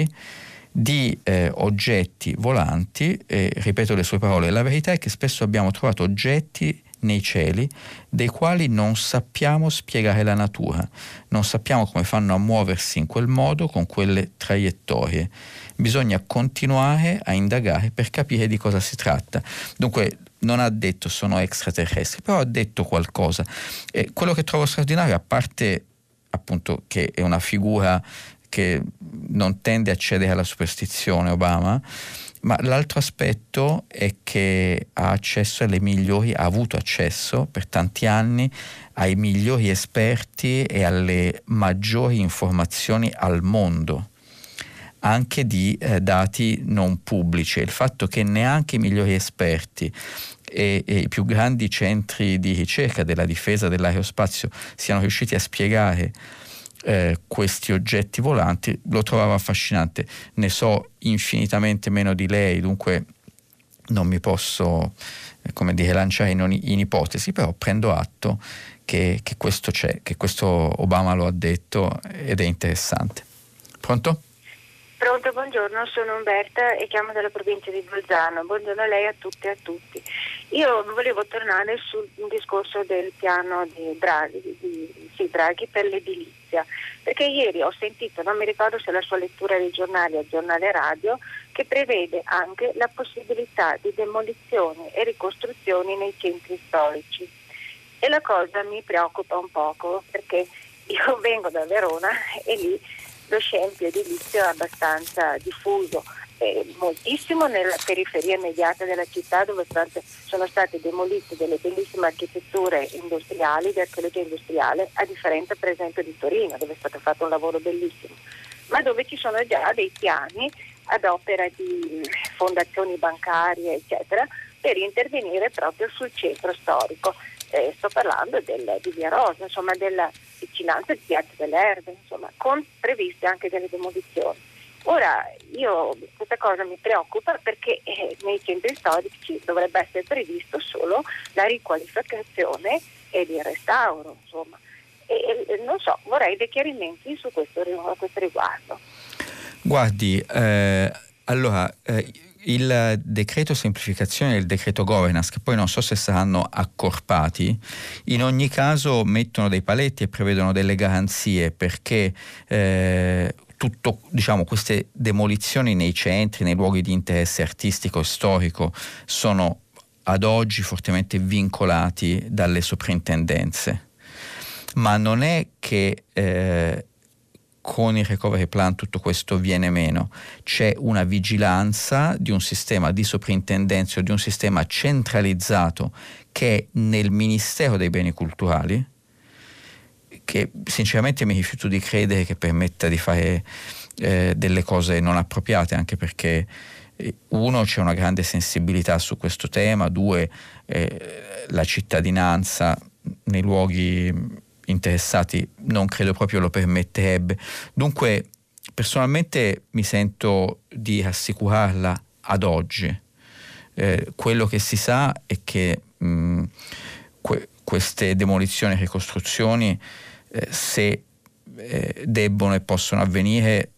di oggetti volanti. Ripeto le sue parole: la verità è che spesso abbiamo trovato oggetti nei cieli dei quali non sappiamo spiegare la natura, non sappiamo come fanno a muoversi in quel modo, con quelle traiettorie. Bisogna continuare a indagare per capire di cosa si tratta. Dunque non ha detto sono extraterrestri, però ha detto qualcosa. E quello che trovo straordinario, a parte appunto che è una figura che non tende a cedere alla superstizione, Obama, ma l'altro aspetto è che ha avuto accesso per tanti anni ai migliori esperti e alle maggiori informazioni al mondo, anche di dati non pubblici. Il fatto che neanche i migliori esperti e i più grandi centri di ricerca della difesa dell'aerospazio siano riusciti a spiegare questi oggetti volanti, lo trovavo affascinante. Ne so infinitamente meno di lei, dunque non mi posso lanciare in ipotesi, però prendo atto che questo c'è, che questo Obama lo ha detto ed è interessante. Pronto? Pronto, buongiorno, sono Umberta e chiamo dalla provincia di Bolzano. Buongiorno a lei, a tutte e a tutti. Io volevo tornare sul discorso del piano di Draghi per l'edilizia, perché ieri ho sentito, non mi ricordo se la sua lettura dei giornali o giornale radio, che prevede anche la possibilità di demolizioni e ricostruzioni nei centri storici. E la cosa mi preoccupa un poco, perché io vengo da Verona e lì lo scempio edilizio è abbastanza diffuso, moltissimo nella periferia immediata della città, dove sono state demolite delle bellissime architetture industriali, di archeologia industriale, a differenza per esempio di Torino, dove è stato fatto un lavoro bellissimo, ma dove ci sono già dei piani ad opera di fondazioni bancarie, eccetera, per intervenire proprio sul centro storico. Sto parlando di Via Rosa, insomma, della vicinanza di Piazza delle Erbe, insomma, con previste anche delle demolizioni. Ora, questa cosa mi preoccupa perché nei centri storici dovrebbe essere previsto solo la riqualificazione e il restauro, insomma. E non so, vorrei dei chiarimenti a questo riguardo. Guardi, allora, il decreto semplificazione e il decreto governance, che poi non so se saranno accorpati, in ogni caso mettono dei paletti e prevedono delle garanzie, perché queste demolizioni nei centri, nei luoghi di interesse artistico e storico, sono ad oggi fortemente vincolati dalle soprintendenze. Ma non è che con il recovery plan tutto questo viene meno. C'è una vigilanza di un sistema di soprintendenza o di un sistema centralizzato che è nel Ministero dei Beni Culturali, che sinceramente mi rifiuto di credere che permetta di fare delle cose non appropriate, anche perché uno, c'è una grande sensibilità su questo tema, due, la cittadinanza nei luoghi interessati non credo proprio lo permetterebbe. Dunque personalmente mi sento di rassicurarla ad oggi. Quello che si sa è che queste demolizioni e ricostruzioni, se debbono e possono avvenire,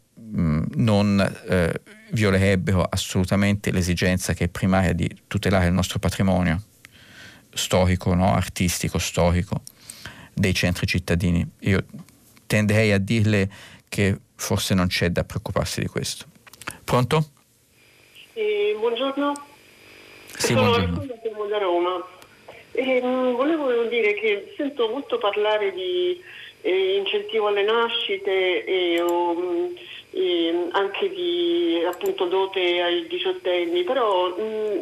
non violerebbero assolutamente l'esigenza che è primaria di tutelare il nostro patrimonio storico, no? Artistico, storico, dei centri cittadini. Io tenderei a dirle che forse non c'è da preoccuparsi di questo. Pronto? Buongiorno. Sì, sono buongiorno. Siamo da Roma. Volevo dire che sento molto parlare di incentivo alle nascite e anche di appunto dote ai diciottenni, però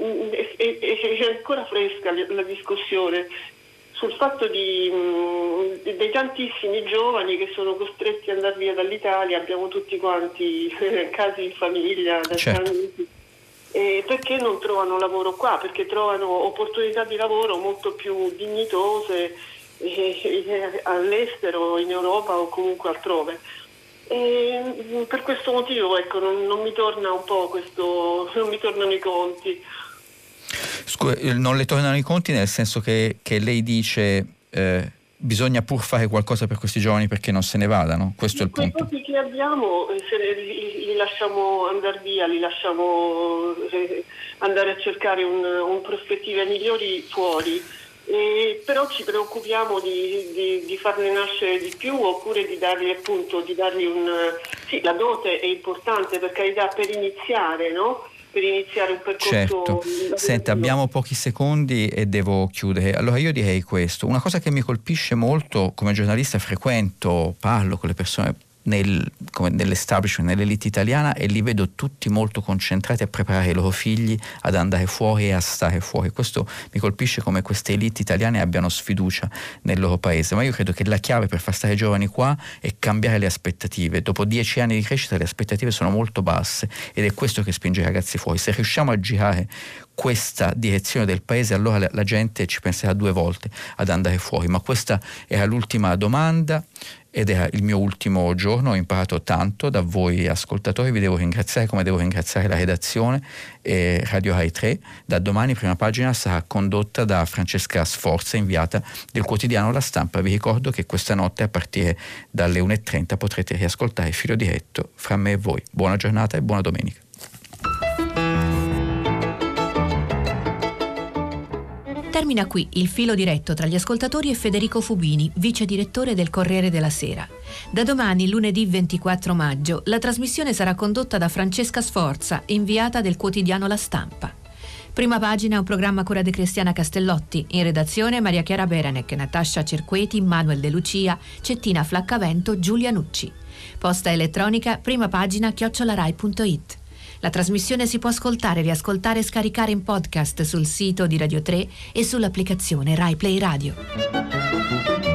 è ancora fresca la discussione sul fatto dei tantissimi giovani che sono costretti ad andare via dall'Italia. Abbiamo tutti quanti casi in famiglia da certo. anni, perché non trovano lavoro qua, perché trovano opportunità di lavoro molto più dignitose all'estero, in Europa o comunque altrove. Per questo motivo, ecco, non mi torna un po' non mi tornano i conti. Non le tornano i conti, nel senso che lei dice bisogna pur fare qualcosa per questi giovani perché non se ne vadano, questo è il punto. Quei pochi che abbiamo li lasciamo andare via, li lasciamo andare a cercare un prospettive migliori fuori, però ci preoccupiamo di farne nascere di più, oppure di dargli sì, la dote è importante, per carità, per iniziare, no? Per iniziare un percorso. Certo. Senta, abbiamo pochi secondi e devo chiudere. Allora io direi questo: una cosa che mi colpisce molto, come giornalista parlo con le persone nell'establishment, nell'elite italiana, e li vedo tutti molto concentrati a preparare i loro figli ad andare fuori e a stare fuori. Questo mi colpisce, come queste elite italiane abbiano sfiducia nel loro paese, ma io credo che la chiave per far stare i giovani qua è cambiare le aspettative. Dopo 10 anni di crescita le aspettative sono molto basse ed è questo che spinge i ragazzi fuori. Se riusciamo a girare questa direzione del paese, allora la gente ci penserà 2 volte ad andare fuori. Ma questa era l'ultima domanda ed era il mio ultimo giorno. Ho imparato tanto da voi ascoltatori, vi devo ringraziare come devo ringraziare la redazione e Radio Rai 3. Da domani Prima Pagina sarà condotta da Francesca Sforza, inviata del quotidiano La Stampa. Vi ricordo che questa notte a partire dalle 1:30 potrete riascoltare Filo Diretto fra me e voi. Buona giornata e buona domenica. Termina qui il filo diretto tra gli ascoltatori e Federico Fubini, vice direttore del Corriere della Sera. Da domani, lunedì 24 maggio, la trasmissione sarà condotta da Francesca Sforza, inviata del quotidiano La Stampa. Prima Pagina è un programma a cura di Cristiana Castellotti, in redazione Maria Chiara Beranec, Natascia Cerqueti, Manuel De Lucia, Cettina Flaccavento, Giulia Nucci. Posta elettronica primapagina@rai.it. La trasmissione si può ascoltare, riascoltare e scaricare in podcast sul sito di Radio 3 e sull'applicazione Rai Play Radio.